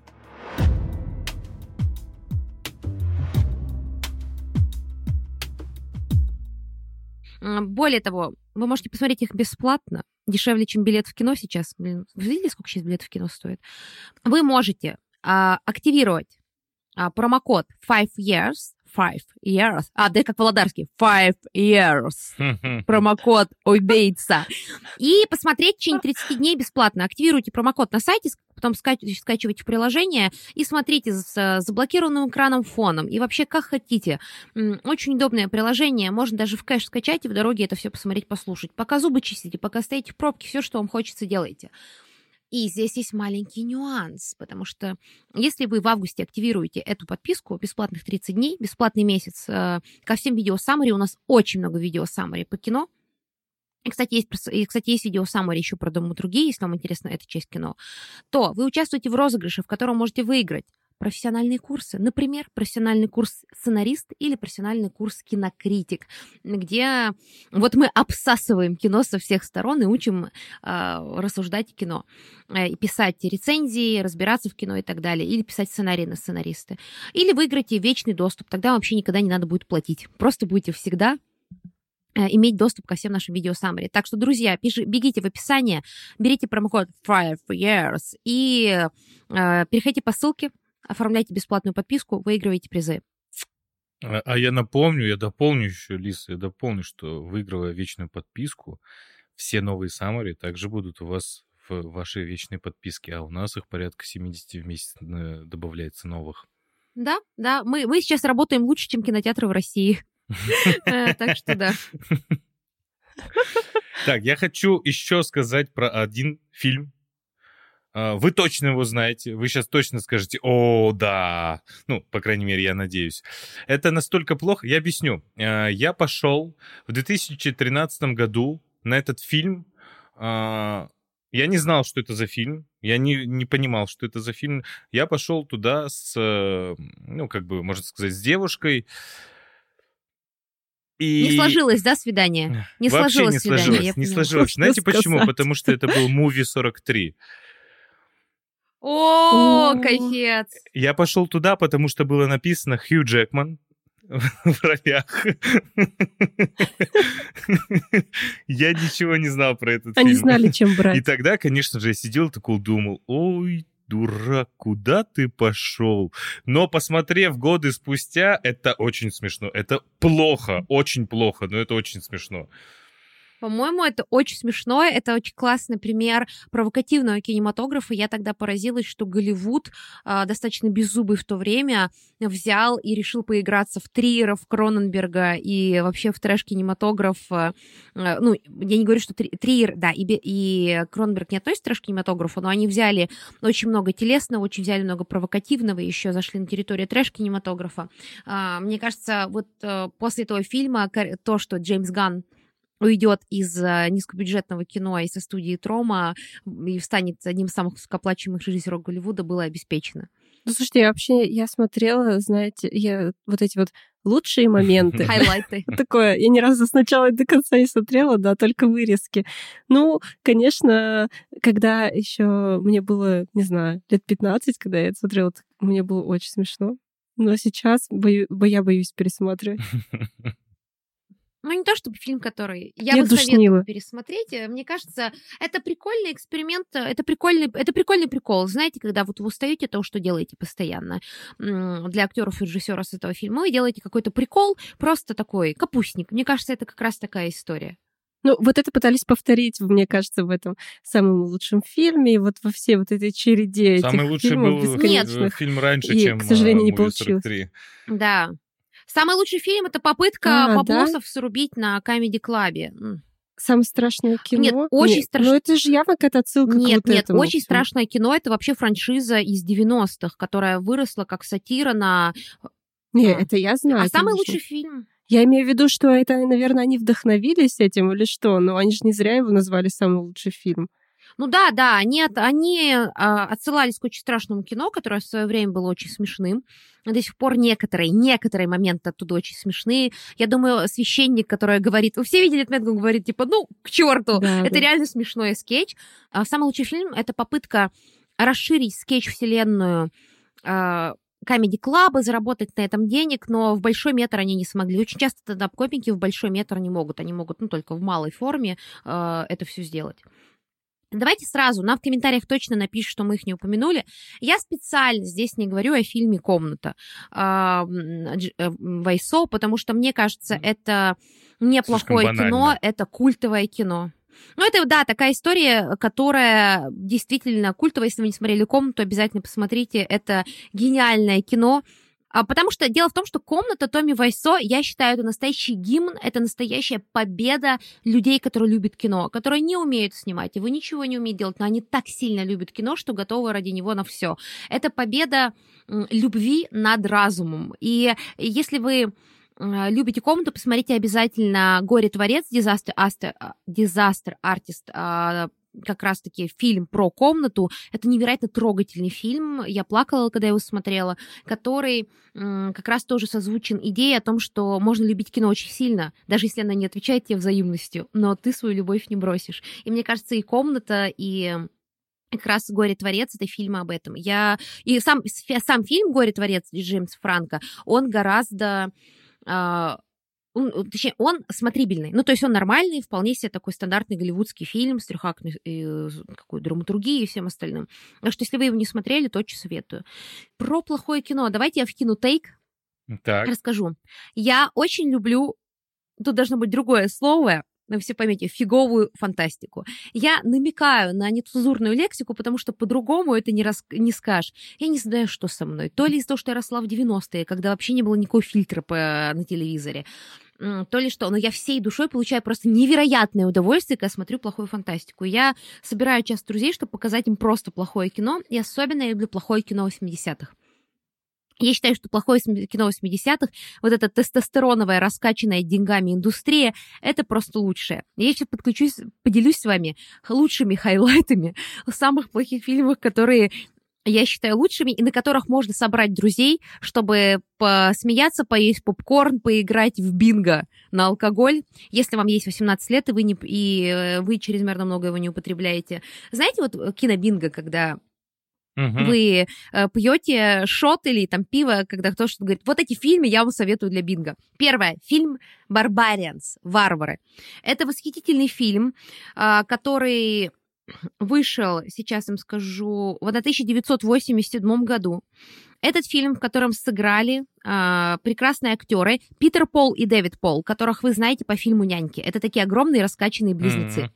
Speaker 1: Более того, вы можете посмотреть их бесплатно, дешевле, чем билет в кино сейчас. Блин, вы видели, сколько сейчас билет в кино стоит? Вы можете активировать промокод 5 years, 5 years. Да, как Володарский. 5 years. Промокод убийца. И посмотреть в течение 30 дней бесплатно. Активируйте промокод на сайте, потом скачивайте приложение и смотрите с заблокированным экраном фоном. И вообще, как хотите. Очень удобное приложение. Можно даже в кэш скачать и в дороге это все посмотреть, послушать. Пока зубы чистите, пока стоите в пробке, все, что вам хочется, делайте. И здесь есть маленький нюанс, потому что если вы в августе активируете эту подписку, бесплатных 30 дней, бесплатный месяц, ко всем видео-саммари, у нас очень много видео-саммари по кино. И, кстати, есть видео-саммари еще про «Дом и другие», если вам интересна эта часть кино, то вы участвуете в розыгрыше, в котором можете выиграть профессиональные курсы. Например, профессиональный курс сценарист или профессиональный курс кинокритик, где вот мы обсасываем кино со всех сторон и учим рассуждать кино, писать рецензии, разбираться в кино и так далее, или писать сценарии на сценаристы. Или выиграете вечный доступ, тогда вообще никогда не надо будет платить. Просто будете всегда иметь доступ ко всем нашим видео-саммари. Так что, друзья, бегите в описание, берите промокод 5 years и переходите по ссылке, оформляйте бесплатную подписку, выигрывайте призы.
Speaker 2: Я дополню еще, Лиз, что выигрывая вечную подписку, все новые саммари также будут у вас в вашей вечной подписке, а у нас их порядка 70 в месяц добавляется новых.
Speaker 1: Да, мы сейчас работаем лучше, чем кинотеатры в России. Так что да.
Speaker 2: Так, я хочу еще сказать про один фильм. Вы точно его знаете, вы сейчас точно скажете: «О, да!» Ну, по крайней мере, я надеюсь. Это настолько плохо, я объясню. Я пошел в 2013 году на этот фильм. Я не знал, что это за фильм. Я не понимал, что это за фильм. Я пошел туда можно сказать, с девушкой.
Speaker 1: Не сложилось, да, свидание? Не
Speaker 2: Вообще
Speaker 1: сложилось
Speaker 2: не сложилось. Знаете почему? Потому что это был Movie 43.
Speaker 1: О, кайфец!
Speaker 2: Я пошел туда, потому что было написано Хью Джекман в ролях. Я ничего не знал про этот фильм.
Speaker 3: Они знали, чем брать.
Speaker 2: И тогда, конечно же, я сидел такой, думал: ой, дурак, куда ты пошел? Но, посмотрев годы спустя, это очень смешно. Это плохо, очень плохо, но это очень смешно.
Speaker 1: По-моему, это очень смешно, это очень классный пример провокативного кинематографа. Я тогда поразилась, что Голливуд, достаточно беззубый в то время, взял и решил поиграться в Триера, в Кроненберга и вообще в трэш-кинематограф. Я не говорю, что Триер, да, и Кроненберг не относятся к трэш-кинематографу, но они взяли очень много телесного, очень взяли много провокативного, еще зашли на территорию трэш-кинематографа. Мне кажется, вот после этого фильма то, что Джеймс Ганн уйдет из низкобюджетного кино и со студии Трома и станет одним из самых высокооплачиваемых режиссеров Голливуда, было обеспечено.
Speaker 3: Ну, слушайте, я смотрела, знаете, вот эти вот лучшие моменты.
Speaker 1: Хайлайты.
Speaker 3: Такое, я ни разу сначала до конца не смотрела, да, только вырезки. Ну, конечно, когда еще мне было, не знаю, лет 15, когда я это смотрела, мне было очень смешно. Но сейчас я боюсь пересматривать.
Speaker 1: Ну, не то чтобы фильм, который я бы советую пересмотреть. Мне кажется, это прикольный эксперимент, это прикольный прикол. Знаете, когда вот вы устаете от того, что делаете постоянно для актеров и режиссера с этого фильма, вы делаете какой-то прикол, просто такой капустник. Мне кажется, это как раз такая история.
Speaker 3: Ну, вот это пытались повторить, мне кажется, в этом самом лучшем фильме, и вот во всей вот этой череде
Speaker 2: самый
Speaker 3: этих
Speaker 2: лучший
Speaker 3: фильмов
Speaker 2: был
Speaker 3: бесконечных.
Speaker 2: Фильм раньше,
Speaker 3: и,
Speaker 2: чем
Speaker 3: к сожалению, не
Speaker 2: Movie
Speaker 3: получилось.
Speaker 2: 43.
Speaker 1: Да. Самый лучший фильм — это попытка баблосов срубить на комеди-клабе.
Speaker 3: Самое страшное кино?
Speaker 1: Нет, очень страшное.
Speaker 3: Ну, это же явно какая-то отсылка к вот этому.
Speaker 1: Очень страшное кино — это вообще франшиза из 90-х, которая выросла как сатира на...
Speaker 3: Не, это я знаю.
Speaker 1: А самый лучший фильм?
Speaker 3: Я имею в виду, что это, наверное, они вдохновились этим или что, но они же не зря его назвали самый лучший фильм.
Speaker 1: Ну да, они отсылались к очень страшному кино, которое в свое время было очень смешным. До сих пор некоторые моменты оттуда очень смешные. Я думаю, священник, который говорит... Вы все видели этот момент, он говорит, типа, ну, к черту.
Speaker 3: Да,
Speaker 1: это реально смешной скетч. Самый лучший фильм — это попытка расширить скетч-вселенную Comedy Club, заработать на этом денег, но в большой метр они не смогли. Очень часто стендап-комики в большой метр не могут. Они могут, только в малой форме это все сделать. Давайте сразу, нам в комментариях точно напишут, что мы их не упомянули. Я специально здесь не говорю о фильме «Комната» Вайсо, потому что, мне кажется, это неплохое кино, это культовое кино. Ну, это, да, такая история, которая действительно культовая. Если вы не смотрели «Комнату», обязательно посмотрите. Это гениальное кино. Потому что дело в том, что «Комната» Томми Вайсо, я считаю, это настоящий гимн, это настоящая победа людей, которые любят кино, которые не умеют снимать, его ничего не умеют делать, но они так сильно любят кино, что готовы ради него на все. Это победа любви над разумом. И если вы любите «Комнату», посмотрите обязательно «Горе-творец», Disaster Artist, как раз-таки фильм про комнату. Это невероятно трогательный фильм. Я плакала, когда его смотрела, который как раз тоже созвучен идее о том, что можно любить кино очень сильно, даже если она не отвечает тебе взаимностью, но ты свою любовь не бросишь. И мне кажется, и «Комната», и как раз «Горе-творец» — это фильмы об этом. И сам фильм «Горе-творец» Джеймса Франко, он гораздо... Точнее, он смотрибельный. Ну, то есть он нормальный, вполне себе такой стандартный голливудский фильм с трехактной какой драматургией и всем остальным. Так что, если вы его не смотрели, то очень советую. Про плохое кино. Давайте я вкину тейк.
Speaker 2: Так.
Speaker 1: Расскажу. Я очень люблю... Тут должно быть другое слово, вы все поймете, фиговую фантастику. Я намекаю на нецензурную лексику, потому что по-другому это не скажешь. Я не знаю, что со мной. То ли из-за того, что я росла в 90-е, когда вообще не было никакого фильтра на телевизоре, то ли что, но я всей душой получаю просто невероятное удовольствие, когда смотрю плохую фантастику. Я собираю часто друзей, чтобы показать им просто плохое кино, и особенно я люблю плохое кино 80-х. Я считаю, что плохое кино 80-х, вот эта тестостероновая, раскачанная деньгами индустрия, это просто лучшее. Я сейчас поделюсь с вами лучшими хайлайтами самых плохих фильмов, которые я считаю лучшими, и на которых можно собрать друзей, чтобы посмеяться, поесть попкорн, поиграть в бинго на алкоголь, если вам есть 18 лет, и вы чрезмерно много его не употребляете. Знаете, вот кинобинго, когда вы пьете шот или там пиво, когда кто-то говорит, вот эти фильмы я вам советую для бинго. Первое, фильм «Barbarians», «Варвары». Это восхитительный фильм, который вышел, сейчас им скажу, в 1987 году. Этот фильм, в котором сыграли прекрасные актеры Питер Пол и Дэвид Пол, которых вы знаете по фильму «Няньки». Это такие огромные раскачанные близнецы.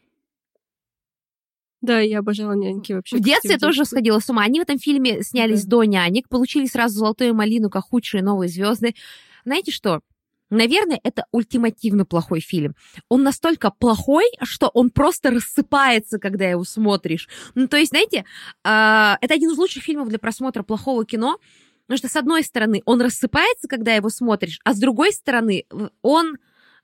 Speaker 3: Да, я обожала «Няньки» вообще.
Speaker 1: В детстве я тоже сходила с ума. Они в этом фильме снялись до «Нянек», получили сразу «Золотую малину» как худшие новые звезды. Знаете что? Наверное, это ультимативно плохой фильм. Он настолько плохой, что он просто рассыпается, когда его смотришь. Ну, то есть, знаете, это один из лучших фильмов для просмотра плохого кино, потому что, с одной стороны, он рассыпается, когда его смотришь, а с другой стороны, он...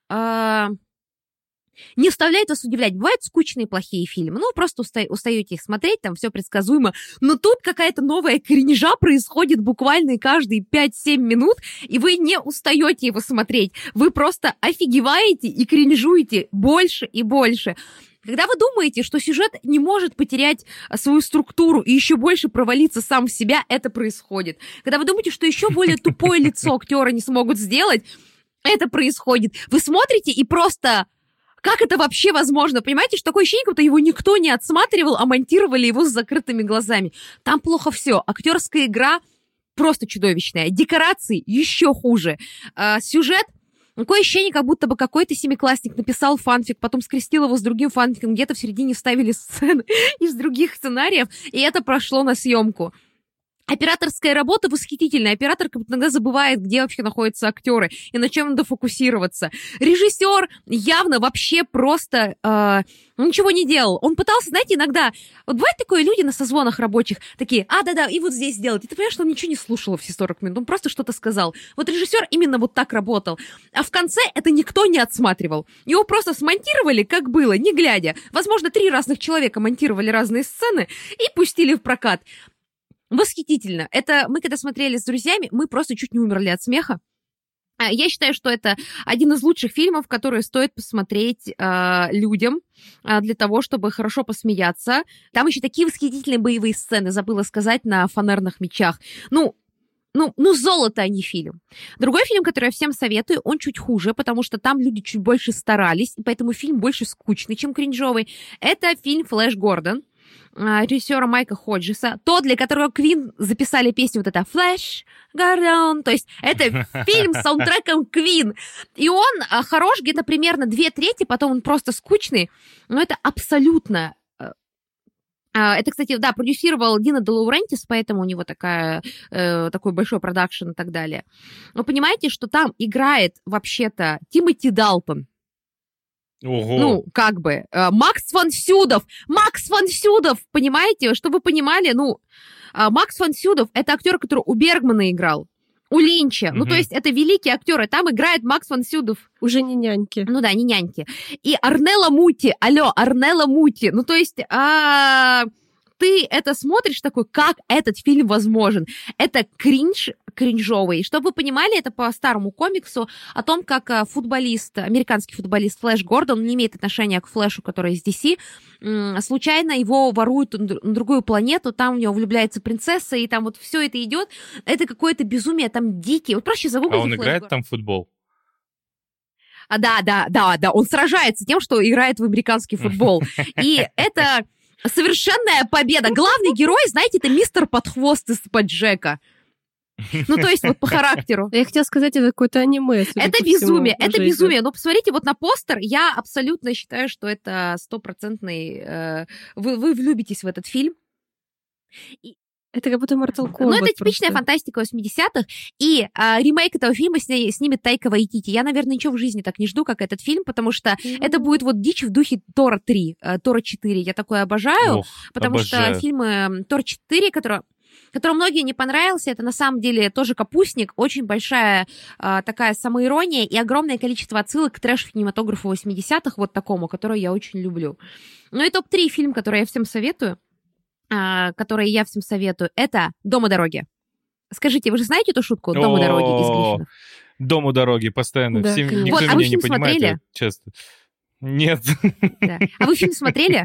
Speaker 1: не заставляет вас удивлять. Бывают скучные плохие фильмы. Ну, просто устаете их смотреть, там все предсказуемо. Но тут какая-то новая кринжа происходит буквально каждые 5-7 минут, и вы не устаете его смотреть. Вы просто офигеваете и кринжуете больше и больше. Когда вы думаете, что сюжет не может потерять свою структуру и еще больше провалиться сам в себя, это происходит. Когда вы думаете, что еще более тупое лицо актера не смогут сделать, это происходит. Вы смотрите и просто... Как это вообще возможно? Понимаете, что такое ощущение, как будто его никто не отсматривал, а монтировали его с закрытыми глазами. Там плохо все. Актерская игра просто чудовищная. Декорации еще хуже. Сюжет. Такое ощущение, как будто бы какой-то семиклассник написал фанфик, потом скрестил его с другим фанфиком, где-то в середине вставили сцены из других сценариев, и это прошло на съемку. Операторская работа восхитительная. Оператор как будто иногда забывает, где вообще находятся актеры и на чем надо фокусироваться. Режиссер явно вообще просто ничего не делал. Он пытался, знаете, иногда... Вот бывает такое, люди на созвонах рабочих такие, да-да, и вот здесь сделать. И ты понимаешь, что он ничего не слушал все 40 минут, он просто что-то сказал. Вот режиссер именно вот так работал. А в конце это никто не отсматривал. Его просто смонтировали, как было, не глядя. Возможно, 3 разных человека монтировали разные сцены и пустили в прокат. Восхитительно. Это мы, когда смотрели с друзьями, мы просто чуть не умерли от смеха. Я считаю, что это один из лучших фильмов, которые стоит посмотреть людям для того, чтобы хорошо посмеяться. Там еще такие восхитительные боевые сцены, забыла сказать, на фанерных мечах. Ну, золото, а не фильм. Другой фильм, который я всем советую, он чуть хуже, потому что там люди чуть больше старались, и поэтому фильм больше скучный, чем кринжовый. Это фильм «Флэш Гордон» режиссера Майка Ходжеса, тот, для которого Queen записали песню вот это «Flash Gordon», то есть это фильм с саундтреком Queen, и он хорош где-то примерно 2/3, потом он просто скучный, но это абсолютно... Это, кстати, да, продюсировал Дина де Лаурентис, поэтому у него такой большой продакшн и так далее. Но понимаете, что там играет вообще-то Тимоти Далтон.
Speaker 2: Ого.
Speaker 1: Макс фон Сюдов, понимаете, чтобы вы понимали, Макс фон Сюдов — это актер, который у Бергмана играл, у Линча, то есть это великие актеры, там играет Макс фон Сюдов.
Speaker 3: Уже не няньки.
Speaker 1: Ну да, не няньки. И Арнелла Мути, то есть... ты это смотришь такой, как этот фильм возможен. Это кринжовый. Чтобы вы понимали, это по старому комиксу о том, как американский футболист Флэш Гордон, не имеет отношения к Флэшу, который из DC, случайно его воруют на другую планету, там в него влюбляется принцесса, и там вот все это идет. Это какое-то безумие, там дикие. Вот проще загуглить.
Speaker 2: А он играет там в футбол?
Speaker 1: Да, он сражается тем, что играет в американский футбол. И это... совершенная победа. Главный герой, знаете, это мистер Подхвост из Боджека. То есть вот по характеру.
Speaker 3: Я хотела сказать, это какое-то аниме.
Speaker 1: Это безумие. Но посмотрите вот на постер. Я абсолютно считаю, что это 100%... Вы влюбитесь в этот фильм.
Speaker 3: Это как будто Mortal Kombat.
Speaker 1: Это типичная фантастика 80-х. И ремейк этого фильма снимет Тайка Вайтити. Я, наверное, ничего в жизни так не жду, как этот фильм, потому что это будет вот дичь в духе Тора 3, Тора 4. Я такое обожаю, потому что фильмы Тор 4, который многие не понравился, это на самом деле тоже капустник, очень большая такая самоирония и огромное количество отсылок к трэш-кинематографу 80-х, вот такому, который я очень люблю. Ну и топ-3 фильм, который я всем советую, это «Дом у дороги». Скажите, вы же знаете эту шутку «Дом у дороги» из Гриффинов?
Speaker 2: «Дом у дороги» постоянно.
Speaker 3: Да,
Speaker 2: никто
Speaker 1: а вы
Speaker 2: меня не
Speaker 1: фильм
Speaker 2: понимает.
Speaker 1: смотрели?
Speaker 2: Часто. Нет.
Speaker 1: Да. А вы фильм смотрели?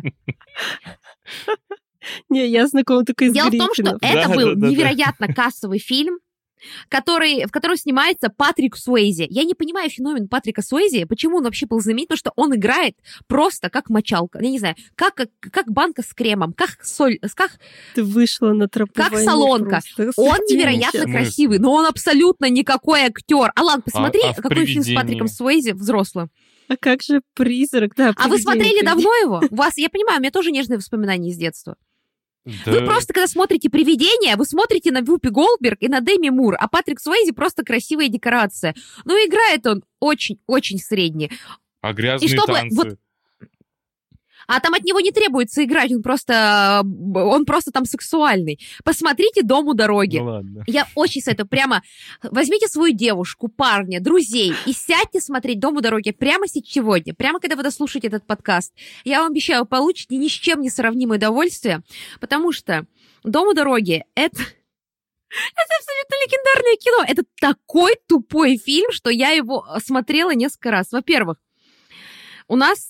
Speaker 3: Не, я знакома только из
Speaker 1: Дело
Speaker 3: Гриффинов.
Speaker 1: в том, что это был невероятно кассовый фильм, в котором снимается Патрик Суэйзи. Я не понимаю феномен Патрика Суэйзи, почему он вообще был знаменит, потому что он играет просто как мочалка. Я не знаю, как банка с кремом, как соль,
Speaker 3: Ты вышла на тропу
Speaker 1: как
Speaker 3: войны
Speaker 1: солонка.
Speaker 3: просто.
Speaker 1: Он невероятно красивый, но он абсолютно никакой актер. Алан, посмотри, какой фильм с Патриком Суэйзи взрослым.
Speaker 3: А как же «Призрак»? Да,
Speaker 1: А вы смотрели давно его? Я понимаю, у меня тоже нежные воспоминания из детства.
Speaker 2: Да.
Speaker 1: Вы просто, когда смотрите «Привидения», вы смотрите на Вупи Голдберг и на Деми Мур, а Патрик Суэйзи просто красивая декорация. Но играет он очень-очень средний.
Speaker 2: А грязные танцы?
Speaker 1: А там от него не требуется играть, он просто там сексуальный. Посмотрите «Дом у дороги».
Speaker 2: Ну ладно.
Speaker 1: Я очень советую, прямо возьмите свою девушку, парня, друзей и сядьте смотреть «Дом у дороги» прямо сегодня, прямо когда вы дослушаете этот подкаст. Я вам обещаю, вы получите ни с чем не сравнимое удовольствие, потому что «Дом у дороги» — это абсолютно легендарное кино. Это такой тупой фильм, что я его смотрела несколько раз. Во-первых, у нас...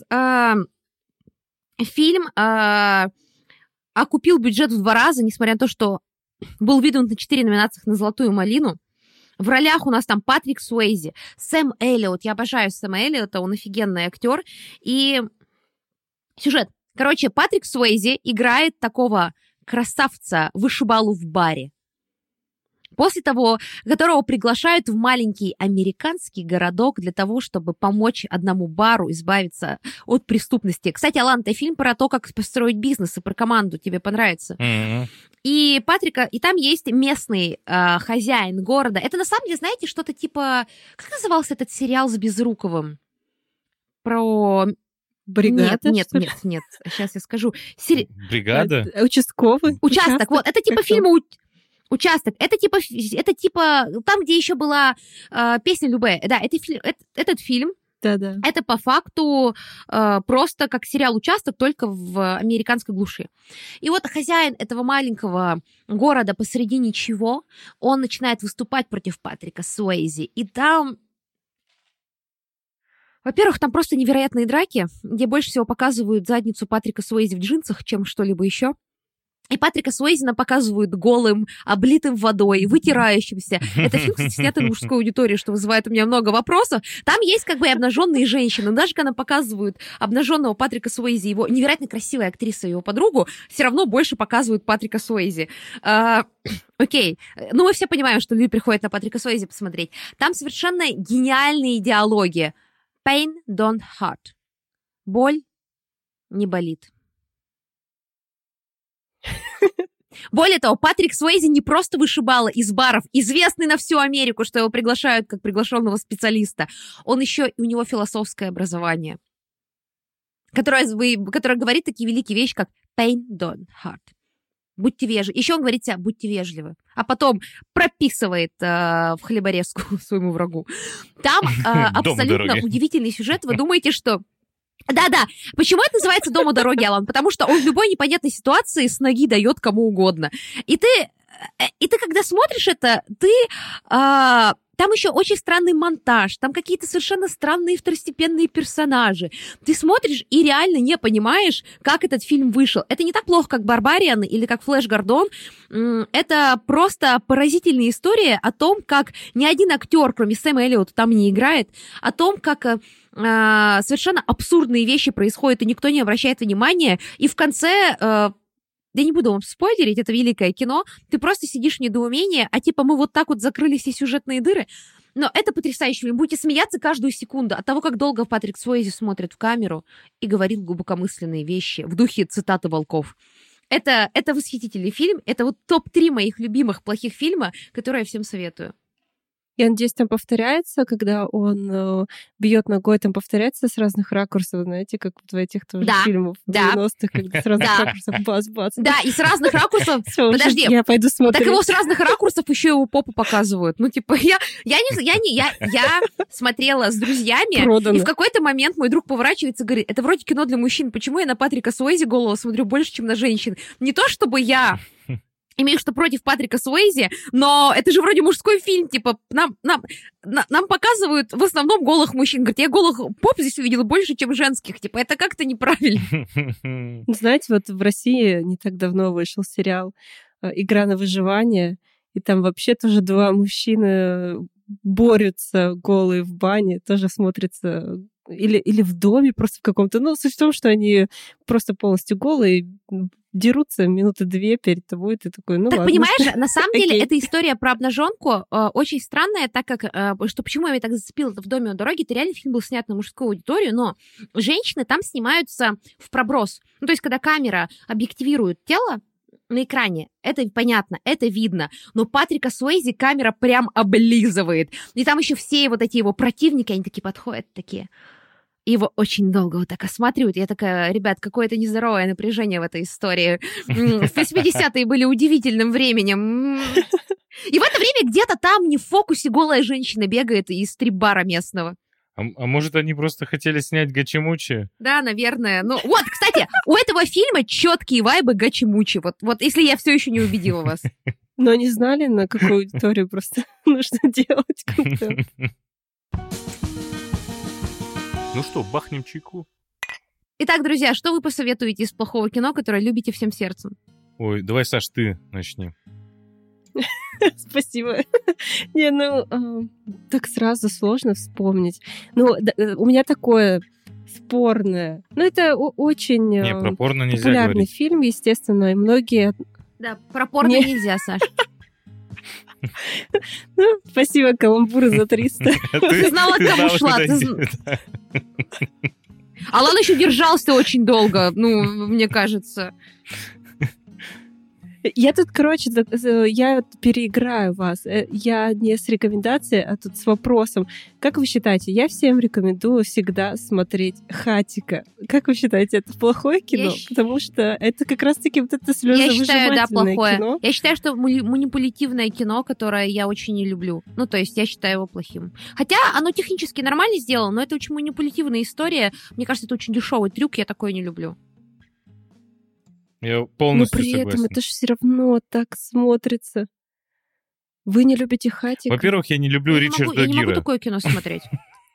Speaker 1: фильм окупил бюджет в 2 раза, несмотря на то, что был выдвинут на 4 номинациях на «Золотую малину». В ролях у нас там Патрик Суэйзи, Сэм Эллиот. Я обожаю Сэма Эллиота, он офигенный актер. И сюжет. Короче, Патрик Суэйзи играет такого красавца-вышибалу в баре. После того, которого приглашают в маленький американский городок для того, чтобы помочь одному бару избавиться от преступности. Кстати, Алан, это фильм про то, как построить бизнес и про команду. Тебе понравится?
Speaker 2: Mm-hmm.
Speaker 1: И Патрика, и там есть местный хозяин города. Это на самом деле, знаете, что-то типа... Как назывался этот сериал с Безруковым? Про...
Speaker 3: «Бригада»?
Speaker 1: Нет. Сейчас я скажу.
Speaker 2: «Бригада»?
Speaker 3: Участковый?
Speaker 1: «Участок». Вот, это типа фильма... «Участок». Это типа там, где еще была песня Любэ. Да, этот фильм.
Speaker 3: Да.
Speaker 1: Это по факту просто как сериал «Участок», только в американской глуши. И вот хозяин этого маленького города посреди ничего, он начинает выступать против Патрика Суэйзи. И там... Во-первых, там просто невероятные драки, где больше всего показывают задницу Патрика Суэйзи в джинсах, чем что-либо еще. И Патрика Суэйзи нам показывают голым, облитым водой, вытирающимся. Это фильм, кстати, снятый на мужской аудитории, что вызывает у меня много вопросов. Там есть как бы и обнаженные женщины. Но даже когда нам показывают обнаженного Патрика Суэйзи, его невероятно красивая актриса, его подругу, все равно больше показывают Патрика Суэйзи. Окей. Ну, мы все понимаем, что люди приходят на Патрика Суэйзи посмотреть. Там совершенно гениальные диалоги. Pain don't hurt. Боль не болит. Более того, Патрик Суэйзи не просто вышибала из баров, известный на всю Америку, что его приглашают как приглашенного специалиста. Он еще и у него философское образование, которое говорит такие великие вещи, как pain don't hurt. Будьте вежливы. Еще он говорит себе, будьте вежливы. А потом прописывает в хлеборезку своему врагу. Там абсолютно удивительный сюжет. Вы думаете, что... Да-да. Почему это называется «Дом у дороги», Алан? Потому что он в любой непонятной ситуации с ноги дает кому угодно. И ты когда смотришь это, там еще очень странный монтаж, там какие-то совершенно странные второстепенные персонажи. Ты смотришь и реально не понимаешь, как этот фильм вышел. Это не так плохо, как «Барбариан» или как «Флэш Гордон». Это просто поразительная история о том, как ни один актер, кроме Сэма Эллиота, там не играет, о том, как совершенно абсурдные вещи происходят, и никто не обращает внимания. И в конце... Я не буду вам спойлерить, это великое кино. Ты просто сидишь в недоумении, а типа мы вот так вот закрыли все сюжетные дыры. Но это потрясающе. Вы будете смеяться каждую секунду от того, как долго Патрик Суэйзи смотрит в камеру и говорит глубокомысленные вещи в духе цитаты волков. Это восхитительный фильм. Это вот топ-3 моих любимых плохих фильма, которые я всем советую.
Speaker 3: Я надеюсь, там повторяется, когда он бьет ногой, там повторяется с разных ракурсов, знаете, как вот в этих тоже фильмах 90-х, когда с разных ракурсов бац-бац.
Speaker 1: Да, и с разных ракурсов... Подожди,
Speaker 3: я пойду смотреть.
Speaker 1: Так его с разных ракурсов еще его попу показывают. Ну, типа, я смотрела с друзьями, и в какой-то момент мой друг поворачивается и говорит, это вроде кино для мужчин, почему я на Патрика Суэйзи голову смотрю больше, чем на женщин? Не то, чтобы я... имею что против Патрика Суэйзи, но это же вроде мужской фильм, типа, нам показывают в основном голых мужчин. Говорит, я голых поп здесь увидела больше, чем женских. Типа, это как-то неправильно.
Speaker 3: Знаете, вот в России не так давно вышел сериал «Игра на выживание», и там вообще тоже два мужчины борются голые в бане, тоже смотрится... Или в доме просто в каком-то... Ну, суть в том, что они просто полностью голые, дерутся минуты 2 перед тобой, и ты такой, ну
Speaker 1: так,
Speaker 3: ладно.
Speaker 1: понимаешь, на самом деле эта история про обнаженку очень странная, так как, что почему я меня так зацепила в «Доме у дороги», это реально фильм был снят на мужскую аудиторию, но женщины там снимаются в проброс. Ну, то есть, когда камера объективирует тело на экране, это понятно, это видно, но Патрика Суэйзи камера прям облизывает. И там еще все вот эти его противники, они такие подходят, такие... Его очень долго вот так осматривают. Я такая, ребят, какое-то нездоровое напряжение в этой истории. В 80-е были удивительным временем. И в это время где-то там не в фокусе голая женщина бегает из стрип-бара местного.
Speaker 2: А может, они просто хотели снять Гачи-Мучи?
Speaker 1: Да, наверное. Ну, вот, кстати, у этого фильма четкие вайбы Гачи-Мучи. Вот если я все еще не убедила вас.
Speaker 3: Но они знали, на какую аудиторию просто нужно делать контент.
Speaker 2: Ну что, бахнем чайку?
Speaker 1: Итак, друзья, что вы посоветуете из плохого кино, которое любите всем сердцем?
Speaker 2: Ой, давай, Саш, ты начни.
Speaker 3: Спасибо. Не, ну, так сразу сложно вспомнить. Ну, у меня такое спорное. Ну, это очень популярный фильм, естественно, и многие...
Speaker 1: Да, про порно нельзя, Саша.
Speaker 3: Ну, спасибо, каламбуры за 300.
Speaker 1: Ты знала, к кому шла. Алан еще держался очень долго, ну, мне кажется.
Speaker 3: Я тут, короче, я переиграю вас. Я не с рекомендацией, а тут с вопросом. Как вы считаете, я всем рекомендую всегда смотреть «Хатико». Как вы считаете, это плохое кино? Потому что это как раз-таки вот это слезовыжимательное кино.
Speaker 1: Я считаю, что манипулятивное кино, которое я очень не люблю. Ну, то есть я считаю его плохим. Хотя оно технически нормально сделано, но это очень манипулятивная история. Мне кажется, это очень дешевый трюк, я такое не люблю.
Speaker 2: Я полностью
Speaker 3: согласен. Но при этом это же все равно так смотрится. Вы не любите «Хатико»?
Speaker 2: Во-первых, я не люблю Ричарда Гира.
Speaker 1: Я не могу такое кино смотреть.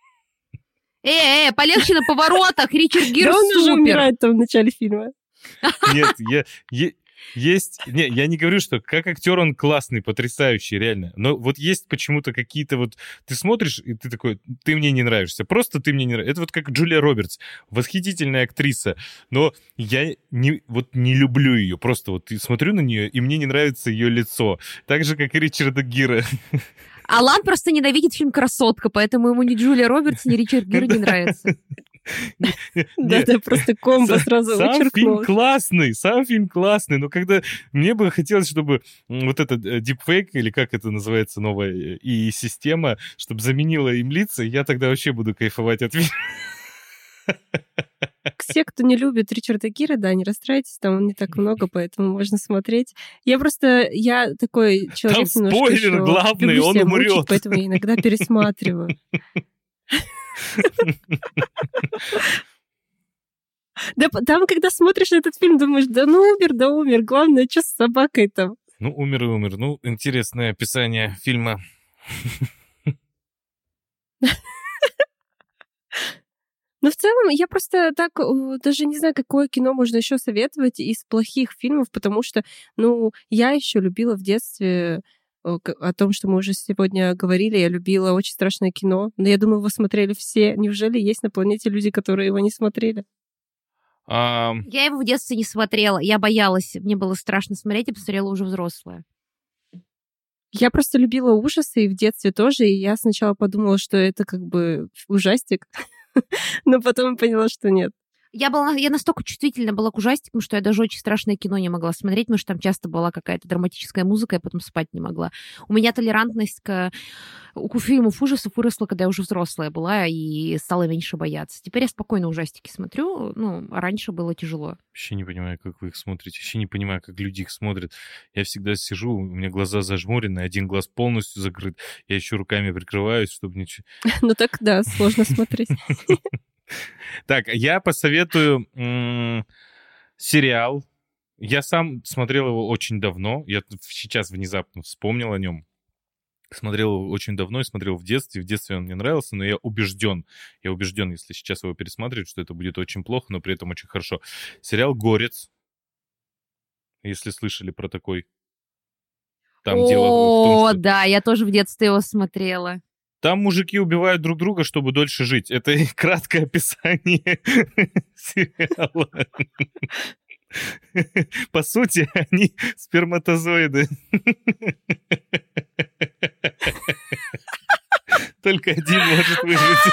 Speaker 1: Полегче на поворотах, Ричард Гир супер.
Speaker 3: Он уже умирает там в начале фильма.
Speaker 2: Нет, Есть... Не, я не говорю, что как актер он классный, потрясающий, реально. Но вот есть почему-то какие-то вот... Ты смотришь, и ты такой, ты мне не нравишься. Просто ты мне не нравишься. Это вот как Джулия Робертс. Восхитительная актриса. Но я не люблю ее. Просто вот смотрю на нее, и мне не нравится ее лицо. Так же, как и Ричарда Гира.
Speaker 1: Алан просто ненавидит фильм «Красотка», поэтому ему ни Джулия Робертс, ни Ричард Гир не нравится.
Speaker 3: Да, ты просто комбо сразу вычеркнул.
Speaker 2: Сам фильм классный, но когда мне бы хотелось, чтобы вот этот дипфейк, или как это называется, новая и система, чтобы заменила им лица, я тогда вообще буду кайфовать от фильма.
Speaker 3: Все, кто не любит Ричарда Гира, да, не расстраивайтесь, там не так много, поэтому можно смотреть. Я такой человек
Speaker 2: там
Speaker 3: немножко
Speaker 2: спойлер
Speaker 3: еще
Speaker 2: главный,
Speaker 3: люблю
Speaker 2: он
Speaker 3: себя
Speaker 2: умрет.
Speaker 3: мучить, поэтому я иногда пересматриваю. Да, там, когда смотришь этот фильм, думаешь, да умер, главное, что с собакой там?
Speaker 2: Ну, умер и умер. Ну, интересное описание фильма.
Speaker 3: Ну, в целом, я просто так даже не знаю, какое кино можно еще советовать из плохих фильмов, потому что, я еще любила в детстве о том, что мы уже сегодня говорили, я любила «Очень страшное кино», но я думаю, вы смотрели все. Неужели есть на планете люди, которые его не смотрели?
Speaker 1: Я его в детстве не смотрела, я боялась, мне было страшно смотреть, я посмотрела уже взрослая.
Speaker 3: Я просто любила ужасы и в детстве тоже, и я сначала подумала, что это как бы ужастик, но потом поняла, что нет.
Speaker 1: Я настолько чувствительна была к ужастикам, что я даже «Очень страшное кино» не могла смотреть, потому что там часто была какая-то драматическая музыка, я потом спать не могла. У меня толерантность к фильмов ужасов выросла, когда я уже взрослая была и стала меньше бояться. Теперь я спокойно ужастики смотрю, а раньше было тяжело.
Speaker 2: Вообще не понимаю, как вы их смотрите. Вообще не понимаю, как люди их смотрят. Я всегда сижу, у меня глаза зажмурены, один глаз полностью закрыт. Я еще руками прикрываюсь, чтобы ничего...
Speaker 3: Ну так да, сложно смотреть.
Speaker 2: Так, я посоветую сериал. Я сам смотрел его очень давно. Я сейчас внезапно вспомнил о нем. Смотрел его очень давно и смотрел в детстве. В детстве он мне нравился, но я убежден, если сейчас его пересматривать, что это будет очень плохо, но при этом очень хорошо. Сериал «Горец». Если слышали про такой. Там дело в том, что...
Speaker 1: да, я тоже в детстве его смотрела.
Speaker 2: Там мужики убивают друг друга, чтобы дольше жить. Это краткое описание сериала. По сути, они сперматозоиды. Только один может выжить.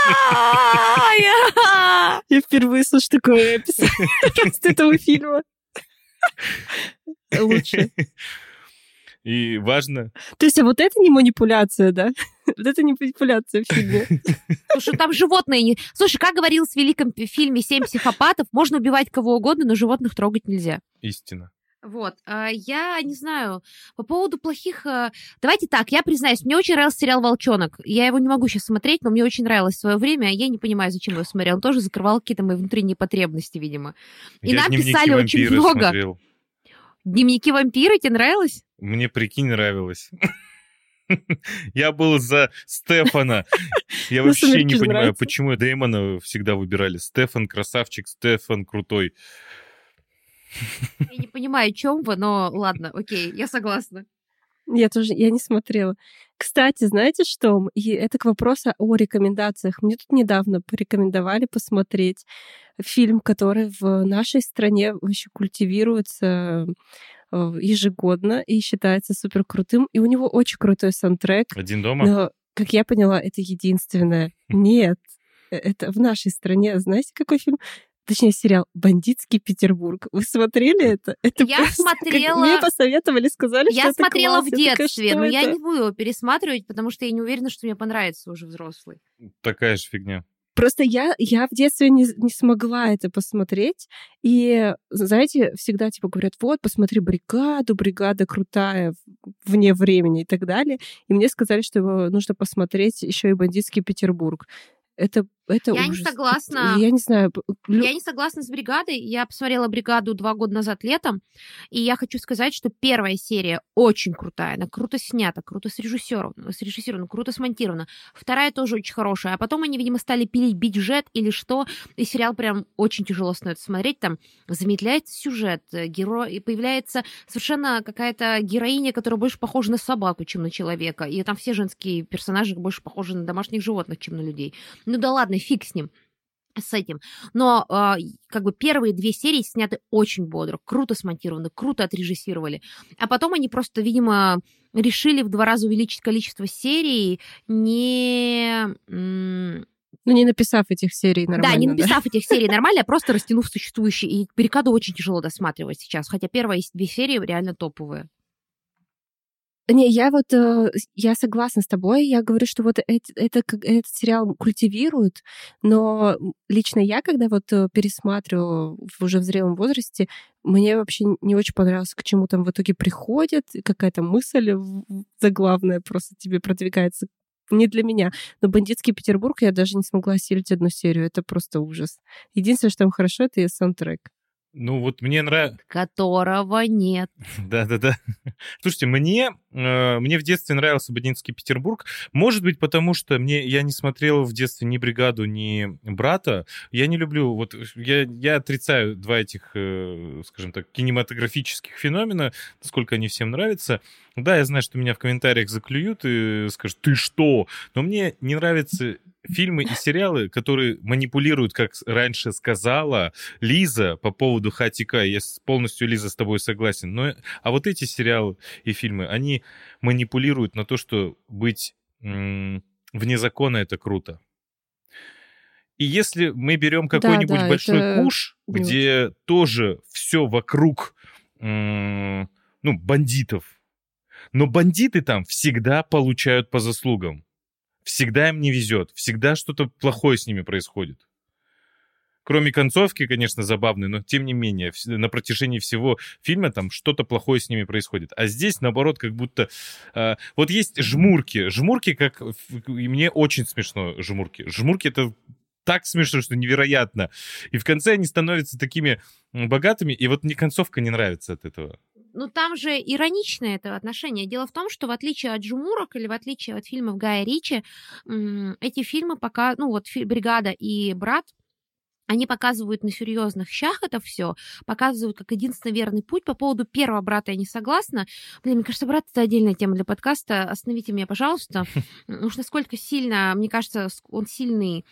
Speaker 3: Я впервые слышу такое описание этого фильма. Лучше.
Speaker 2: И важно...
Speaker 3: То есть, а вот это не манипуляция, да? Вот это не манипуляция в фильме.
Speaker 1: Слушай, там животные не... Слушай, как говорилось в великом фильме «Семь психопатов», можно убивать кого угодно, но животных трогать нельзя.
Speaker 2: Истина.
Speaker 1: Вот. Я не знаю, по поводу плохих... Давайте так, я признаюсь, мне очень нравился сериал «Волчонок». Я его не могу сейчас смотреть, но мне очень нравилось в свое время. Я не понимаю, зачем я его смотрел. Он тоже закрывал какие-то мои внутренние потребности, видимо. И нам писали очень много.
Speaker 2: Смотрел.
Speaker 1: «Дневники вампира» тебе нравилось?
Speaker 2: Мне, прикинь, нравилось. Я был за Стефана. Я вообще не понимаю, почему Дэймона всегда выбирали. Стефан красавчик, Стефан крутой.
Speaker 1: Я не понимаю, о чем вы, но ладно, окей, я согласна.
Speaker 3: Я не смотрела. Кстати, знаете что? И это к вопросу о рекомендациях. Мне тут недавно порекомендовали посмотреть фильм, который в нашей стране вообще культивируется ежегодно и считается супер крутым. И у него очень крутой саундтрек.
Speaker 2: «Один дома»?
Speaker 3: Но, как я поняла, это единственное. Нет, это в нашей стране. Знаете, какой фильм? Точнее, сериал «Бандитский Петербург». Вы смотрели это?
Speaker 1: Я смотрела...
Speaker 3: Мне посоветовали, сказали, что это класс.
Speaker 1: Я смотрела в детстве, но я не буду его пересматривать, потому что я не уверена, что мне понравится уже взрослый.
Speaker 2: Такая же фигня.
Speaker 3: Просто я в детстве не смогла это посмотреть. И, знаете, всегда типа говорят, вот, посмотри «Бригаду», «Бригада» крутая, вне времени и так далее. И мне сказали, что его нужно посмотреть еще и «Бандитский Петербург». Это это
Speaker 1: Я не
Speaker 3: ужас.
Speaker 1: согласна.
Speaker 3: Я не знаю.
Speaker 1: Я не согласна с «Бригадой». Я посмотрела «Бригаду» 2 года назад летом, и я хочу сказать, что первая серия очень крутая. Она круто снята, круто срежиссирована, круто смонтирована. Вторая тоже очень хорошая. А потом они, видимо, стали пилить бюджет или что, и сериал прям очень тяжело становится смотреть. Там замедляется сюжет, герой, и появляется совершенно какая-то героиня, которая больше похожа на собаку, чем на человека. И там все женские персонажи больше похожи на домашних животных, чем на людей. Ну да ладно, фиг с ним. С этим. Но как бы первые 2 серии сняты очень бодро, круто смонтированы, круто отрежиссировали. А потом они просто, видимо, решили в 2 раза увеличить количество серий, не
Speaker 3: написав этих серий нормально.
Speaker 1: Да, не написав этих серий нормально, а просто растянув существующие. И «Бригаду» очень тяжело досматривать сейчас, хотя первые 2 серии реально топовые.
Speaker 3: Не, я согласна с тобой. Я говорю, что вот этот сериал культивирует, но лично я, когда пересматриваю уже в зрелом возрасте, мне вообще не очень понравилось, к чему там в итоге приходит, какая-то мысль заглавная просто тебе продвигается. Не для меня. Но «Бандитский Петербург» я даже не смогла осилить 1 серию. Это просто ужас. Единственное, что там хорошо, это и саундтрек.
Speaker 2: Ну вот мне нравится...
Speaker 1: Которого нет.
Speaker 2: Да-да-да. Слушайте, мне в детстве нравился «Бандитский Петербург». Может быть, потому что я не смотрел в детстве ни «Бригаду», ни «Брата». Я не люблю... Я отрицаю 2 этих, скажем так, кинематографических феномена, насколько они всем нравятся. Да, я знаю, что меня в комментариях заклюют и скажут: ты что? Но мне не нравятся фильмы и сериалы, которые манипулируют, как раньше сказала Лиза по поводу Хатико. Я полностью, Лиза, с тобой согласен. А вот эти сериалы и фильмы, они манипулируют на то, что быть вне закона — это круто. И если мы берем какой-нибудь большой куш, где тоже все вокруг бандитов, но бандиты там всегда получают по заслугам. Всегда им не везет, всегда что-то плохое с ними происходит. Кроме концовки, конечно, забавной, но тем не менее, на протяжении всего фильма там что-то плохое с ними происходит. А здесь, наоборот, как будто... вот есть жмурки. Жмурки, и мне очень смешно жмурки. Жмурки — это так смешно, что невероятно. И в конце они становятся такими богатыми, и вот мне концовка не нравится от этого.
Speaker 1: Ну, там же ироничное это отношение. Дело в том, что в отличие от «Жмурок» или в отличие от фильмов Гая Ричи, эти фильмы пока... «Бригада» и «Брат», они показывают на серьезных щах это все, показывают как единственно верный путь. По поводу первого «Брата» я не согласна. Мне кажется, «Брат» — это отдельная тема для подкаста. Остановите меня, пожалуйста. Уж насколько сильно, мне кажется, он сильный.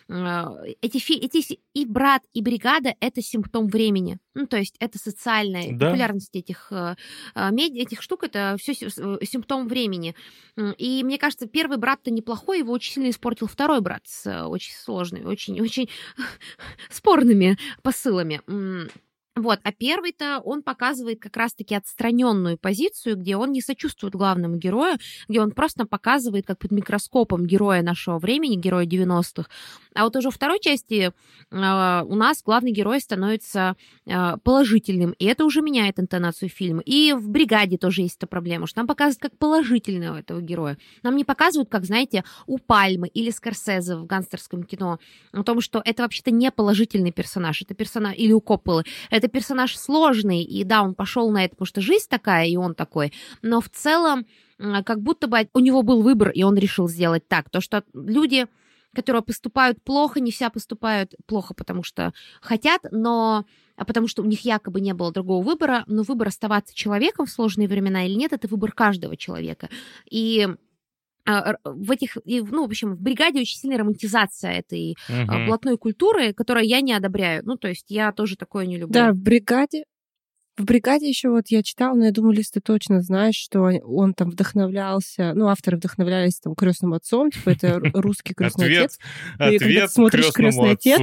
Speaker 1: И «Брат», и «Бригада» — это симптом времени. Ну, то есть это социальная популярность этих штук, это все симптом времени. И мне кажется, первый «Брат»-то неплохой, его очень сильно испортил второй «Брат» с очень сложными, очень спорными посылами. Вот, а первый-то он показывает как раз-таки отстраненную позицию, где он не сочувствует главному герою, где он просто показывает как под микроскопом героя нашего времени, героя 90-х. А вот уже во второй части у нас главный герой становится положительным, и это уже меняет интонацию фильма. И в «Бригаде» тоже есть эта проблема, что нам показывают как положительного этого героя. Нам не показывают, как, знаете, у Пальмы или Скорсезе в гангстерском кино, о том, что это вообще-то не положительный персонаж, это персонаж, или у Копполы, это персонаж сложный, и да, он пошел на это, потому что жизнь такая, и он такой, но в целом как будто бы у него был выбор, и он решил сделать так. То, что люди, которые поступают плохо, не все поступают плохо, потому что хотят, а потому что у них якобы не было другого выбора, но выбор оставаться человеком в сложные времена или нет, это выбор каждого человека. И в «Бригаде» очень сильная романтизация этой блатной культуры, которую я не одобряю. Ну, то есть я тоже такое не люблю.
Speaker 3: Да, в «Бригаде» еще я читала, но я думаю, Лиз, ты точно знаешь, что он там вдохновлялся, авторы вдохновлялись там «Крестным отцом», типа это русский крестный отец.
Speaker 2: Ответ
Speaker 3: и когда ты смотришь «Крестный отец»,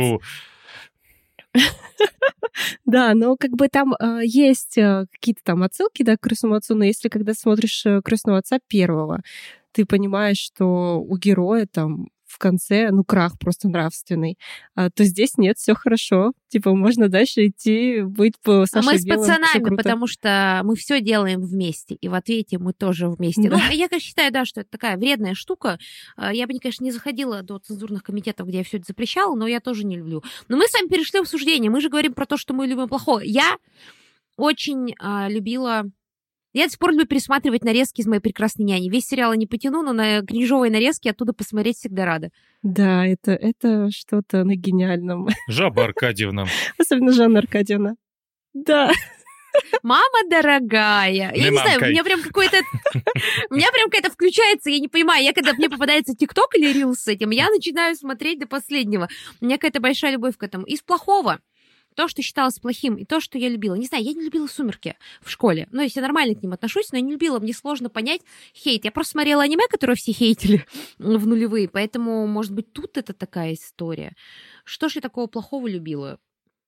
Speaker 3: да, но как бы там есть какие-то там отсылки, да, к «Крестному отцу», но если когда смотришь «Крестного отца» первого, ты понимаешь, что у героя там в конце, крах просто нравственный, то здесь нет, все хорошо. Типа, можно дальше идти, быть по Саше
Speaker 1: Мы с
Speaker 3: Белым,
Speaker 1: пацанами, потому что мы все делаем вместе, и в ответе мы тоже вместе.
Speaker 3: Да.
Speaker 1: Я, конечно, считаю, да, что это такая вредная штука. Я бы, конечно, не заходила до цензурных комитетов, где я все это запрещала, но я тоже не люблю. Но мы с вами перешли в обсуждение. Мы же говорим про то, что мы любим плохое. Я очень любила... Я до сих пор люблю пересматривать нарезки из «Моей прекрасной няни». Весь сериал я не потяну, но на кринжовые нарезки оттуда посмотреть всегда рада.
Speaker 3: Да, это что-то на гениальном.
Speaker 2: Жаба Аркадьевна.
Speaker 3: Особенно Жанна Аркадьевна. Да.
Speaker 1: Мама дорогая. Я не знаю, у меня прям какая-то включается, я не понимаю. Когда мне попадается ТикТок или Рилс с этим, я начинаю смотреть до последнего. У меня какая-то большая любовь к этому. Из плохого то, что считалось плохим, и то, что я любила. Не знаю, я не любила «Сумерки» в школе. Ну, если я нормально к ним отношусь, но я не любила, мне сложно понять хейт. Я просто смотрела аниме, которое все хейтили в нулевые, поэтому, может быть, тут это такая история. Что ж я такого плохого любила?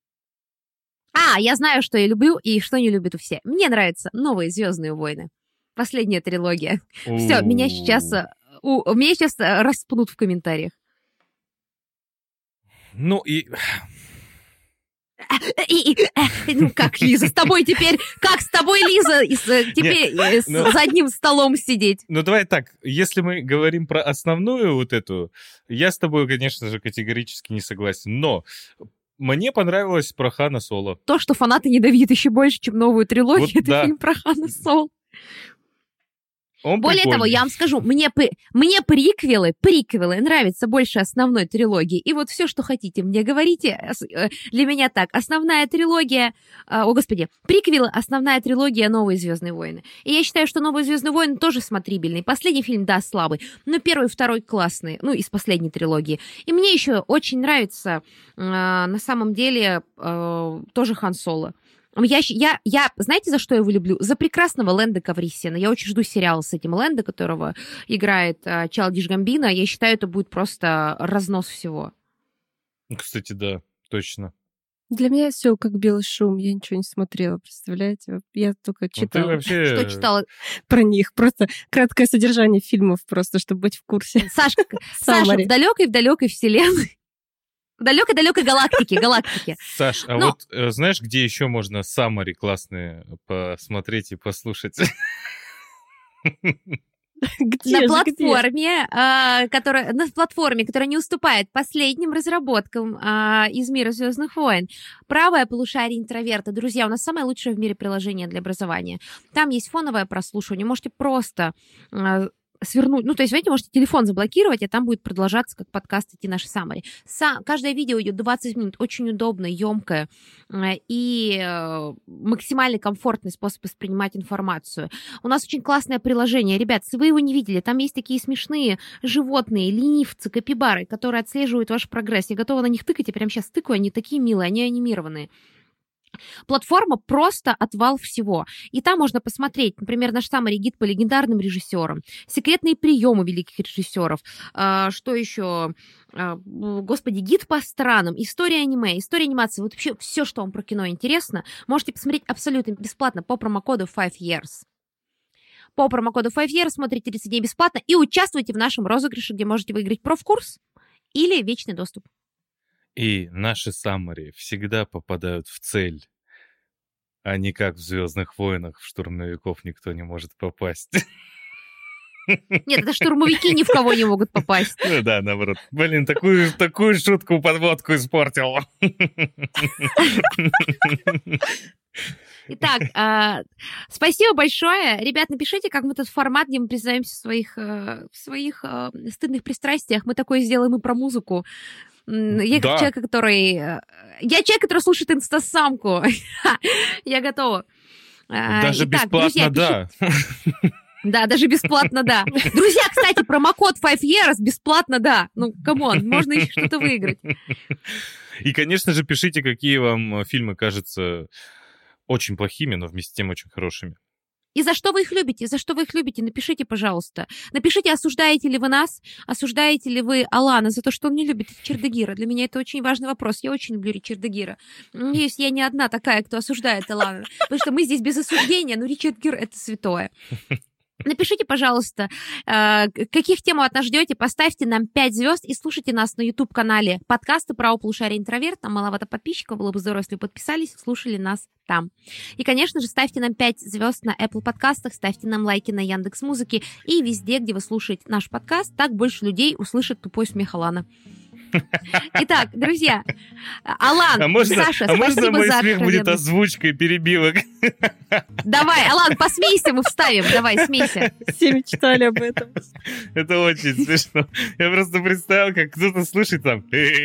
Speaker 1: Я знаю, что я люблю и что не любят все. Мне нравятся новые «Звездные войны». Последняя трилогия. Все, меня сейчас распнут в комментариях.
Speaker 2: Ну и...
Speaker 1: Ну как, Лиза, с тобой теперь... Как с тобой, Лиза, теперь за одним столом сидеть?
Speaker 2: Ну давай так, если мы говорим про основную вот эту, я с тобой, конечно же, категорически не согласен, но мне понравилось про Хана Соло.
Speaker 1: То, что фанаты ненавидят еще больше, чем новую трилогию,
Speaker 2: Вот
Speaker 1: это
Speaker 2: да.
Speaker 1: фильм про Хана Соло. Более
Speaker 2: прикольный.
Speaker 1: того, я вам скажу, мне приквелы нравятся больше основной трилогии. И вот все, что хотите, мне говорите. Для меня так. Основная трилогия... приквелы, основная трилогия «Новые Звездные войны». И я считаю, что «Новые Звездные войны» тоже смотрибельный. Последний фильм, да, слабый, но первый и второй классные, из последней трилогии. И мне еще очень нравится, на самом деле, тоже Хан Соло. Я знаете, за что я его люблю? За прекрасного Лэнда Каврисиана. Я очень жду сериала с этим Лэнда, которого играет Чайлдиш Гамбино. Я считаю, это будет просто разнос всего.
Speaker 2: Кстати, да, точно.
Speaker 3: Для меня все как белый шум. Я ничего не смотрела, представляете? Я только читала.
Speaker 2: Ты вообще...
Speaker 1: Что читала?
Speaker 3: Про них. Просто краткое содержание фильмов, просто чтобы быть в курсе.
Speaker 1: Саша, в далекой вселенной. В далекой-далекой галактике.
Speaker 2: Саш, вот знаешь, где еще можно саммари классные посмотреть и послушать?
Speaker 1: На платформе, которая не уступает последним разработкам из мира «Звездных войн». Правое полушарие интроверта. Друзья, у нас самое лучшее в мире приложение для образования. Там есть фоновое прослушивание. Можете просто... свернуть, то есть, можете телефон заблокировать, а там будет продолжаться как подкаст идти наши саммари. Каждое видео идет 20 минут, очень удобно, емкое и максимально комфортный способ воспринимать информацию. У нас очень классное приложение. Ребят, если вы его не видели, там есть такие смешные животные, ленивцы, капибары, которые отслеживают ваш прогресс. Я готова на них тыкать, я прямо сейчас тыкаю, они такие милые, они анимированные. Платформа просто отвал всего. И там можно посмотреть, например, наш самый гид по легендарным режиссерам, секретные приемы великих режиссеров, что еще, гид по странам, история аниме, история анимации, вот вообще все, что вам про кино интересно, можете посмотреть абсолютно бесплатно по промокоду 5years. По промокоду 5years смотрите 30 дней бесплатно и участвуйте в нашем розыгрыше, где можете выиграть профкурс или вечный доступ.
Speaker 2: И наши саммари всегда попадают в цель, а не как в «Звездных войнах» в «Штурмовиков» никто не может попасть.
Speaker 1: Нет, это штурмовики ни в кого не могут попасть.
Speaker 2: Ну да, наоборот. Блин, такую шутку-подводку испортил.
Speaker 1: Итак, спасибо большое. Ребят, напишите, как мы этот формат, где мы признаемся в своих стыдных пристрастиях. Мы такое сделаем и про музыку. Я человек, который слушает инстасамку. Я готова.
Speaker 2: Даже бесплатно, да.
Speaker 1: Да, даже бесплатно, да. Друзья, кстати, промокод 5years бесплатно, да. Ну, камон, можно еще что-то выиграть.
Speaker 2: И, конечно же, пишите, какие вам фильмы кажутся очень плохими, но вместе с тем очень хорошими.
Speaker 1: И за что вы их любите? Напишите, пожалуйста. Напишите, осуждаете ли вы нас, осуждаете ли вы Алана за то, что он не любит Ричарда Гира. Для меня это очень важный вопрос. Я очень люблю Ричарда Гира. Надеюсь, я не одна такая, кто осуждает Алана. Потому что мы здесь без осуждения, но Ричард Гир — это святое. Напишите, пожалуйста, каких тем от нас ждете, поставьте нам 5 звезд и слушайте нас на YouTube-канале подкасты про полушарие интроверт. Там маловато подписчиков, было бы здорово, если бы подписались, слушали нас там. И, конечно же, ставьте нам 5 звезд на Apple подкастах, ставьте нам лайки на Яндекс.Музыке и везде, где вы слушаете наш подкаст, так больше людей услышит тупой смех Алана. Итак, друзья, Алан, Саша, спасибо
Speaker 2: можно мой
Speaker 1: за
Speaker 2: смех будет
Speaker 1: откровенность.
Speaker 2: озвучкой перебивок?
Speaker 1: Давай, Алан, посмейся, мы вставим. Давай, смейся.
Speaker 3: Все мечтали об этом.
Speaker 2: Это очень смешно. Я просто представил, как кто-то слышит там.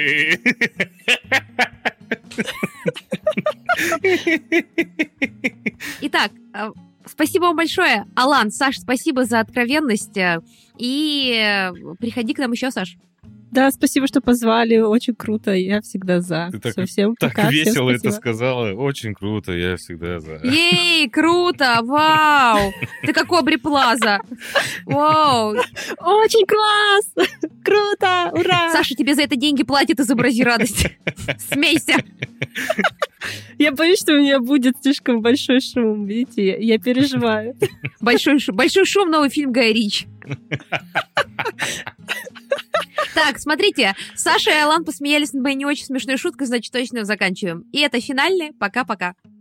Speaker 1: Итак, спасибо вам большое. Алан, Саш, спасибо за откровенность. И приходи к нам еще, Саш.
Speaker 3: Да, спасибо, что позвали. Очень круто. Я всегда за.
Speaker 2: Ты
Speaker 3: Совсем
Speaker 2: так
Speaker 3: пока. Всем
Speaker 2: весело это
Speaker 3: спасибо.
Speaker 2: сказала. Очень круто, я всегда за.
Speaker 1: Ей, круто, вау. Ты как Обри Плаза. Вау.
Speaker 3: Очень класс! Круто! Ура!
Speaker 1: Саша, тебе за это деньги платят, изобрази радость. Смейся.
Speaker 3: Я боюсь, что у меня будет слишком большой шум. Видите, я переживаю.
Speaker 1: Большой шум, новый фильм Гая Ричи. Так, смотрите, Саша и Алан посмеялись над моей не очень смешной шуткой, значит, точно заканчиваем. И это финальное. Пока-пока.